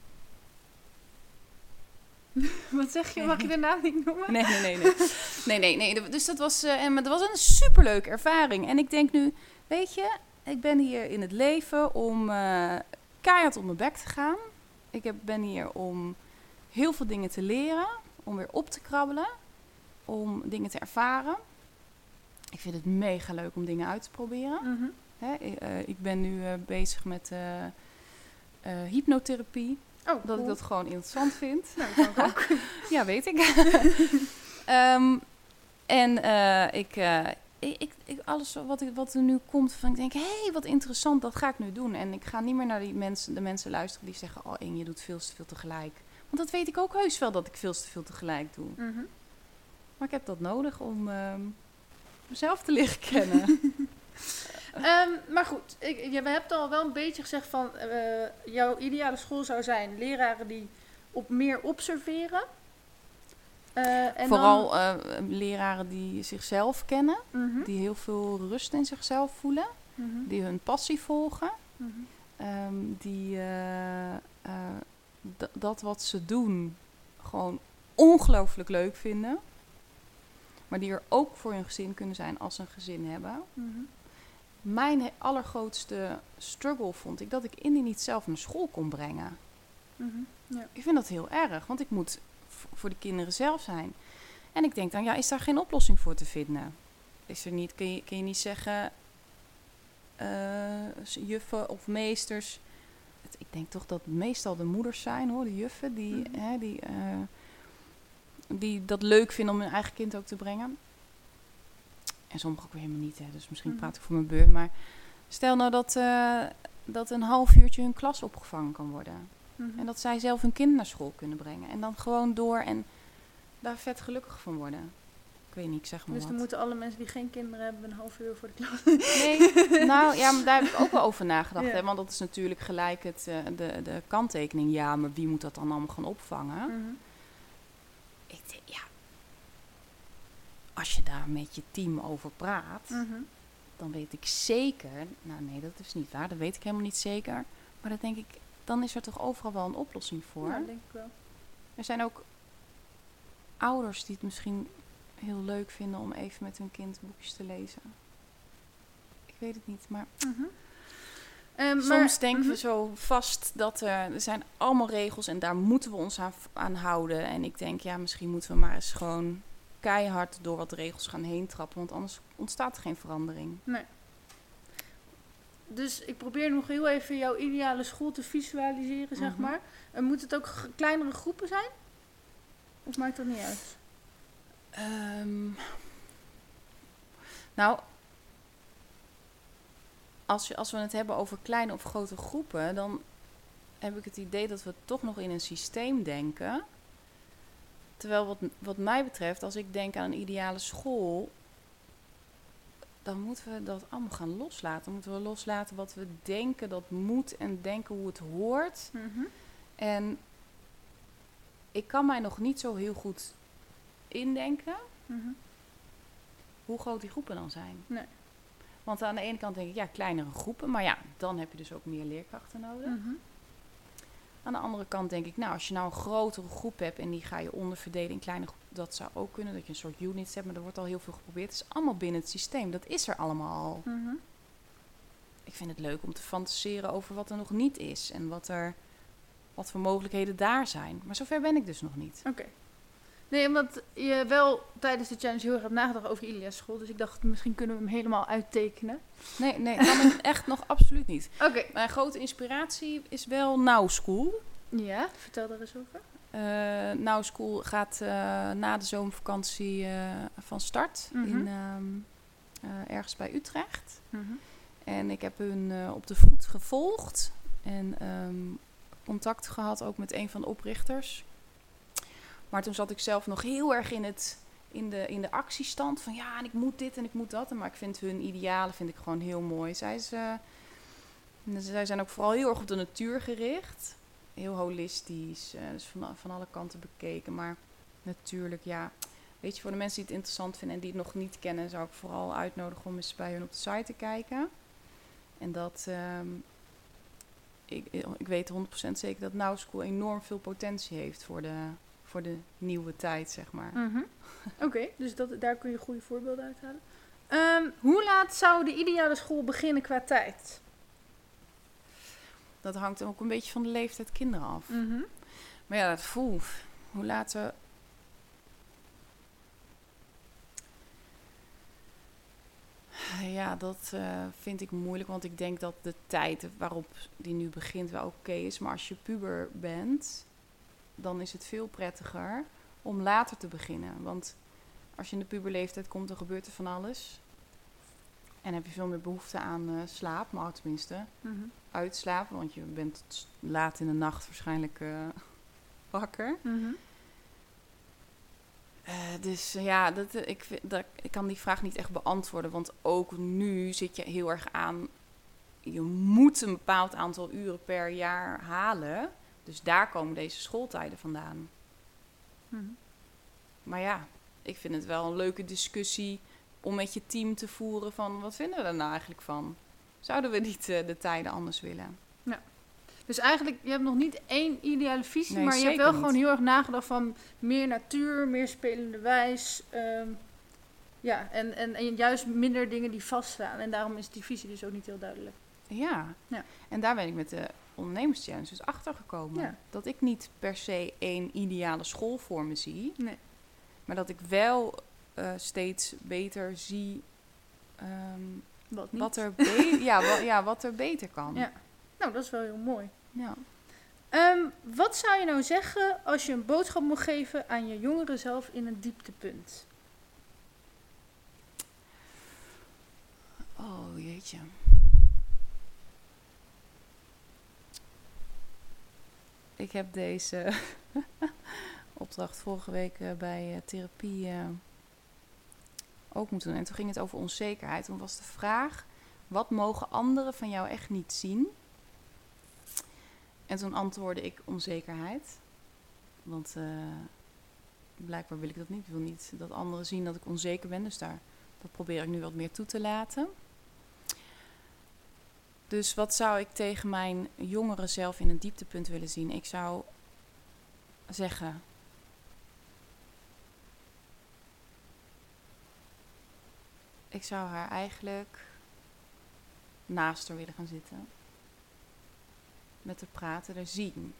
Wat zeg je? Mag je de naam niet noemen? Nee. Dus dat was een superleuke ervaring. En ik denk nu, weet je, ik ben hier in het leven om keihard op mijn bek te gaan. Ik ben hier om heel veel dingen te leren. Om weer op te krabbelen. Om dingen te ervaren. Ik vind het mega leuk om dingen uit te proberen. Ik ben nu bezig met hypnotherapie. Oh, Dat ik dat gewoon interessant vind. Nou, dat kan ik ook. Ja, weet ik. Alles wat er nu komt, van ik denk, hé, wat interessant, dat ga ik nu doen. En ik ga niet meer naar de mensen luisteren die zeggen, oh Inge, je doet veel te veel tegelijk. Want dat weet ik ook heus wel, dat ik veel te veel tegelijk doe. Mhm. Maar ik heb dat nodig om mezelf te leren kennen. Maar goed, we hebben al wel een beetje gezegd van jouw ideale school zou zijn leraren die meer observeren. En Vooral leraren die zichzelf kennen, Mhm. die heel veel rust in zichzelf voelen, Mhm. die hun passie volgen, Mhm. die dat wat ze doen gewoon ongelooflijk leuk vinden, maar die er ook voor hun gezin kunnen zijn als ze een gezin hebben. Mhm. Mijn allergrootste struggle vond ik dat ik Indy niet zelf naar school kon brengen. Mhm. Ja. Ik vind dat heel erg, want ik moet voor de kinderen zelf zijn. En ik denk dan, ja, is daar geen oplossing voor te vinden? Is er niet, kun je niet zeggen, juffen of meesters. Ik denk toch dat het meestal de moeders zijn, hoor, de juffen, die dat leuk vinden om hun eigen kind ook te brengen. En sommigen ook weer helemaal niet, hè, dus misschien praat ik voor mijn beurt. Maar stel nou dat een half uurtje hun klas opgevangen kan worden. Mhm. En dat zij zelf hun kind naar school kunnen brengen. En dan gewoon door en daar vet gelukkig van worden. Ik weet niet, ik zeg maar Dus wat. dan moeten alle mensen die geen kinderen hebben een half uur voor de klas. Nee, nou ja, maar daar heb ik ook wel over nagedacht. Ja. Hè, want dat is natuurlijk gelijk de kanttekening. Ja, maar wie moet dat dan allemaal gaan opvangen? Mhm. Ik denk, ja, als je daar met je team over praat, Mhm. dan weet ik zeker... Nou nee, dat is niet waar. Dat weet ik helemaal niet zeker. Maar dan denk ik, dan is er toch overal wel een oplossing voor. Ja, denk ik wel. Er zijn ook ouders die het misschien heel leuk vinden om even met hun kind boekjes te lezen. Ik weet het niet, maar soms denken we zo vast dat er zijn allemaal regels en daar moeten we ons aan houden. En ik denk, ja, misschien moeten we maar eens gewoon keihard door wat regels gaan heen trappen, want anders ontstaat er geen verandering. Nee. Dus ik probeer nog heel even jouw ideale school te visualiseren, zeg Mhm. maar. En moet het ook kleinere groepen zijn? Of maakt dat niet uit? Nou, als we het hebben over kleine of grote groepen, dan heb ik het idee dat we toch nog in een systeem denken. Terwijl wat mij betreft, als ik denk aan een ideale school, dan moeten we dat allemaal gaan loslaten. Dan moeten we loslaten wat we denken dat moet en denken hoe het hoort. Mhm. En ik kan mij nog niet zo heel goed indenken Mhm. hoe groot die groepen dan zijn. Nee. Want aan de ene kant denk ik, ja, kleinere groepen. Maar ja, dan heb je dus ook meer leerkrachten nodig. Mhm. Aan de andere kant denk ik, nou, als je nou een grotere groep hebt en die ga je onderverdelen in kleine groepen, dat zou ook kunnen, dat je een soort units hebt, maar er wordt al heel veel geprobeerd. Het is allemaal binnen het systeem, dat is er allemaal al. Mhm. Ik vind het leuk om te fantaseren over wat er nog niet is en wat voor mogelijkheden daar zijn. Maar zover ben ik dus nog niet. Oké. Nee, omdat je wel tijdens de challenge heel erg hebt nagedacht over je ideale school. Dus ik dacht, misschien kunnen we hem helemaal uittekenen. Nee, kan ik echt nog absoluut niet. Oké. Mijn grote inspiratie is wel Now School. Ja, vertel daar eens over. Now School gaat na de zomervakantie van start. Mhm. Ergens bij Utrecht. Mhm. En ik heb hun op de voet gevolgd. En contact gehad ook met een van de oprichters. Maar toen zat ik zelf nog heel erg in de actiestand. Van ja, en ik moet dit en ik moet dat. Maar ik vind hun idealen gewoon heel mooi. Zij zijn ook vooral heel erg op de natuur gericht. Heel holistisch. Dus van alle kanten bekeken. Maar natuurlijk, ja. Weet je, voor de mensen die het interessant vinden en die het nog niet kennen, zou ik vooral uitnodigen om eens bij hun op de site te kijken. En dat ik weet 100% zeker dat Now School enorm veel potentie heeft voor de nieuwe tijd, zeg maar. Mhm. Oké, dus daar kun je goede voorbeelden uithalen. Hoe laat zou de ideale school beginnen qua tijd? Dat hangt ook een beetje van de leeftijd kinderen af. Mhm. Maar ja, hoe laat we... Ja, dat vind ik moeilijk, want ik denk dat de tijd waarop die nu begint wel oké is. Maar als je puber bent, dan is het veel prettiger om later te beginnen. Want als je in de puberleeftijd komt, dan gebeurt er van alles. En heb je veel meer behoefte aan slaap, maar tenminste uitslapen. Want je bent laat in de nacht waarschijnlijk wakker. Dus ja, ik kan die vraag niet echt beantwoorden. Want ook nu zit je heel erg aan... Je moet een bepaald aantal uren per jaar halen. Dus daar komen deze schooltijden vandaan. Maar ja, ik vind het wel een leuke discussie... om met je team te voeren van... wat vinden we er nou eigenlijk van? Zouden we niet de tijden anders willen? Ja. Dus eigenlijk, je hebt nog niet één ideale visie... Nee, maar je hebt wel zeker gewoon niet. heel erg nagedacht van... meer natuur, meer spelende wijs... en juist minder dingen die vaststaan. En daarom is die visie dus ook niet heel duidelijk. Ja. En daar ben ik met de ondernemerschallenge dus achter gekomen. Ja. Dat ik niet per se één ideale school voor me zie. Nee. Maar dat ik wel steeds beter zie Wat niet. wat er beter kan. Ja. Nou, dat is wel heel mooi. Ja. Wat zou je nou zeggen als je een boodschap mocht geven aan je jongere zelf in een dieptepunt? Oh, jeetje. Ik heb deze opdracht vorige week bij therapie ook moeten doen. En toen ging het over onzekerheid. Toen was de vraag, wat mogen anderen van jou echt niet zien? En toen antwoordde ik onzekerheid. Want blijkbaar wil ik dat niet. Ik wil niet dat anderen zien dat ik onzeker ben. Dus dat probeer ik nu wat meer toe te laten. Dus wat zou ik tegen mijn jongere zelf in een dieptepunt willen zien? Ik zou zeggen... Ik zou haar eigenlijk naast haar willen gaan zitten. Met haar praten, haar zien.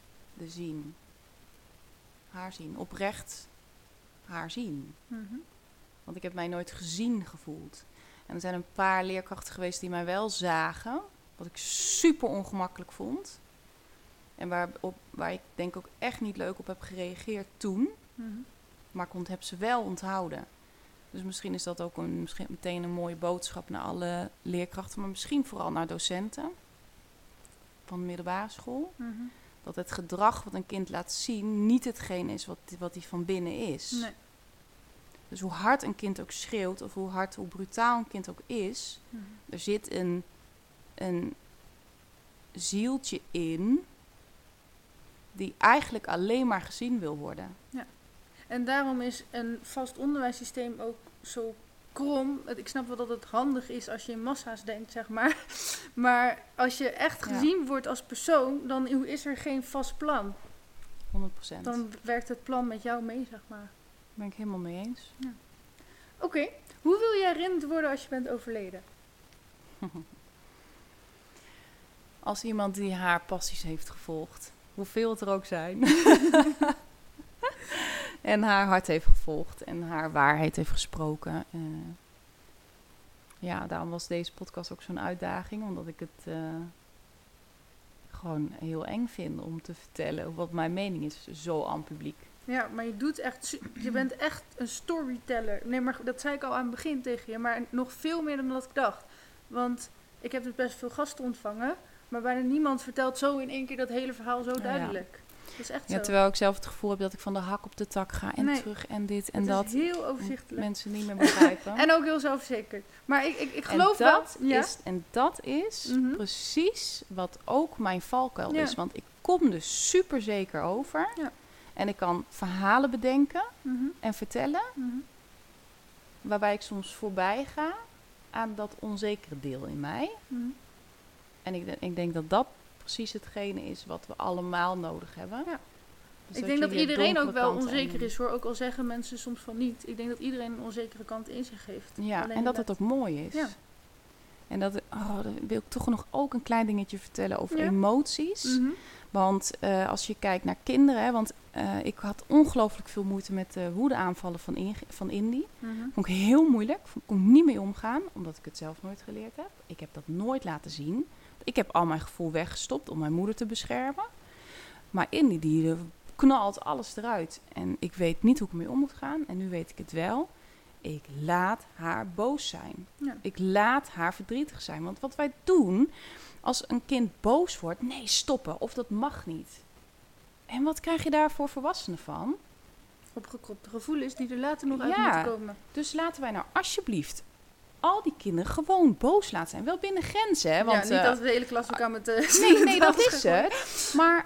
Haar zien. Oprecht haar zien. Want ik heb mij nooit gezien gevoeld. En er zijn een paar leerkrachten geweest die mij wel zagen. Wat ik super ongemakkelijk vond. En waar ik denk ook echt niet leuk op heb gereageerd toen. Maar ik heb ze wel onthouden. Dus misschien is dat ook meteen een mooie boodschap naar alle leerkrachten. Maar misschien vooral naar docenten. Van de middelbare school. Dat het gedrag wat een kind laat zien niet hetgeen is wat hij van binnen is. Nee. Dus hoe hard een kind ook schreeuwt, of hoe brutaal een kind ook is, er zit een zieltje in die eigenlijk alleen maar gezien wil worden. Ja. En daarom is een vast onderwijssysteem ook zo krom. Ik snap wel dat het handig is als je in massa's denkt, zeg maar. Maar als je echt gezien wordt als persoon, dan is er geen vast plan. 100%. Dan werkt het plan met jou mee, zeg maar. Daar ben ik helemaal mee eens. Ja. Oké. Hoe wil je herinnerd worden als je bent overleden? Als iemand die haar passies heeft gevolgd. Hoeveel het er ook zijn. En haar hart heeft gevolgd. En haar waarheid heeft gesproken. Daarom was deze podcast ook zo'n uitdaging. Omdat ik het gewoon heel eng vind om te vertellen wat mijn mening is. Zo aan het publiek. Ja, maar je bent echt een storyteller. Nee, maar dat zei ik al aan het begin tegen je. Maar nog veel meer dan dat ik dacht. Want ik heb dus best veel gasten ontvangen. Maar bijna niemand vertelt zo in één keer dat hele verhaal zo duidelijk. Dat is echt zo. Terwijl ik zelf het gevoel heb dat ik van de hak op de tak ga. En terug en dit en dat. Het is heel overzichtelijk. Mensen niet meer begrijpen. En ook heel zelfverzekerd. Maar ik geloof wel. En dat is precies wat ook mijn valkuil is. Want ik kom dus super zeker over. Ja. En ik kan verhalen bedenken en vertellen. Waarbij ik soms voorbij ga aan dat onzekere deel in mij. En ik denk dat dat precies hetgene is wat we allemaal nodig hebben. Ja. Dus ik denk dat iedereen ook wel onzeker is, hoor. Ook al zeggen mensen soms van niet. Ik denk dat iedereen een onzekere kant in zich heeft. Ja, alleen en dat het ook mooi is. Ja. En dan wil ik toch nog ook een klein dingetje vertellen over emoties. Want als je kijkt naar kinderen... Hè, want ik had ongelooflijk veel moeite met de woedeaanvallen van Indy. Vond ik heel moeilijk. Kon ik niet mee omgaan, omdat ik het zelf nooit geleerd heb. Ik heb dat nooit laten zien. Ik heb al mijn gevoel weggestopt om mijn moeder te beschermen. Maar Indy, die knalt alles eruit. En ik weet niet hoe ik ermee om moet gaan. En nu weet ik het wel. Ik laat haar boos zijn. Ja. Ik laat haar verdrietig zijn. Want wat wij doen, als een kind boos wordt... Nee, stoppen. Of dat mag niet. En wat krijg je daar voor volwassenen van? Opgekropte gevoelens die er later nog uit moeten komen. Dus laten wij nou alsjeblieft al die kinderen gewoon boos laten zijn. Wel binnen grenzen, hè? Want, niet dat de hele klas elkaar met... Nee, dat is het. Maar...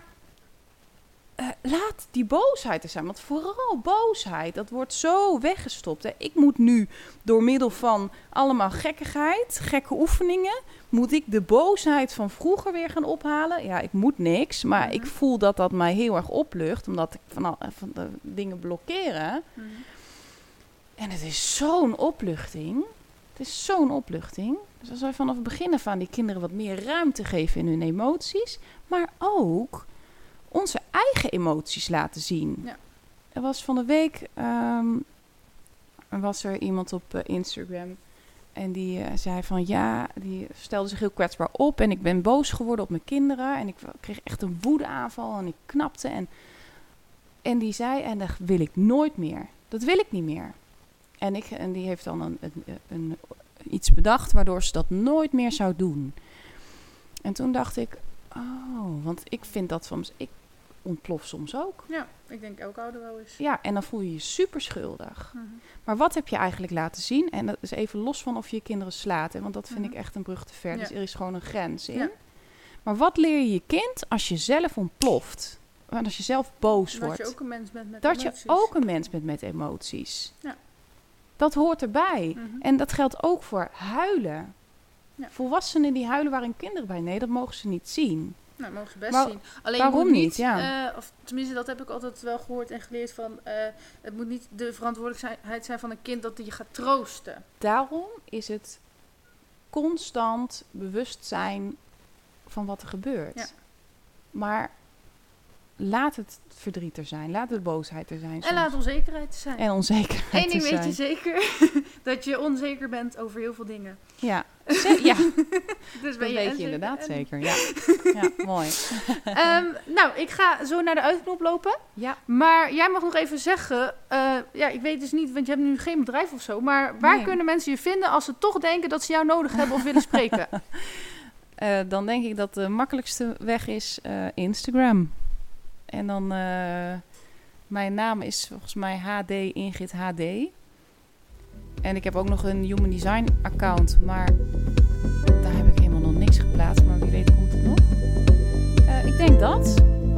laat die boosheid er zijn. Want vooral boosheid, dat wordt zo weggestopt. Hè. Ik moet nu door middel van allemaal gekkigheid, gekke oefeningen... moet ik de boosheid van vroeger weer gaan ophalen. Ja, ik moet niks, maar ik voel dat dat mij heel erg oplucht... omdat ik van de dingen blokkeren. En het is zo'n opluchting. Het is zo'n opluchting. Dus als wij vanaf het begin af aan die kinderen wat meer ruimte geven in hun emoties... maar ook... onze eigen emoties laten zien. Ja. Er was van de week... was er iemand op Instagram... en die zei van... ja, die stelde zich heel kwetsbaar op... en ik ben boos geworden op mijn kinderen... en ik kreeg echt een woedeaanval... en ik knapte. En die zei... en dat wil ik nooit meer. Dat wil ik niet meer. En die heeft dan iets bedacht... waardoor ze dat nooit meer zou doen. En toen dacht ik... oh, want ik vind dat soms... ik ontplof soms ook. Ja, ik denk elke ouder wel eens. Ja, en dan voel je je super schuldig. Maar wat heb je eigenlijk laten zien? En dat is even los van of je kinderen slaat. Hè, want dat vind ik echt een brug te ver. Ja. Dus er is gewoon een grens in. Ja. Maar wat leer je je kind als je zelf ontploft? Als je zelf boos wordt. Dat je ook een mens bent met emoties. Dat je ook een mens bent met emoties. Ja. Dat hoort erbij. En dat geldt ook voor huilen. Ja. Volwassenen die huilen waar hun kinderen bij. Nee, dat mogen ze niet zien. Nou, mogen ze best zien. Alleen waarom niet? Ja. Of tenminste, dat heb ik altijd wel gehoord en geleerd van... het moet niet de verantwoordelijkheid zijn van een kind dat je gaat troosten. Daarom is het constant bewust zijn van wat er gebeurt. Ja. Maar laat het verdriet er zijn. Laat de boosheid er zijn. En laat onzekerheid er zijn. En onzekerheid Eén ding weet je zeker. Dat je onzeker bent over heel veel dingen. Ja. Ja. Dus dat weet je inderdaad zeker. Ja. Ja, mooi. Nou, ik ga zo naar de uitknop lopen. Ja. Maar jij mag nog even zeggen... ja, ik weet dus niet, want je hebt nu geen bedrijf of zo. Maar waar kunnen mensen je vinden als ze toch denken dat ze jou nodig hebben of willen spreken? Dan denk ik dat de makkelijkste weg is Instagram. En dan, mijn naam is volgens mij HD Ingrid HD. En ik heb ook nog een Human Design account, maar daar heb ik helemaal nog niks geplaatst. Maar wie weet komt het nog. Ik denk dat.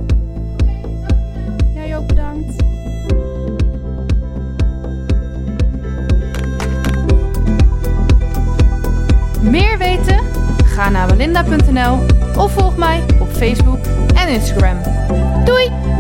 Jij ook bedankt. Meer weten? Ga naar belinda.nl of volg mij op Facebook en Instagram. Doei!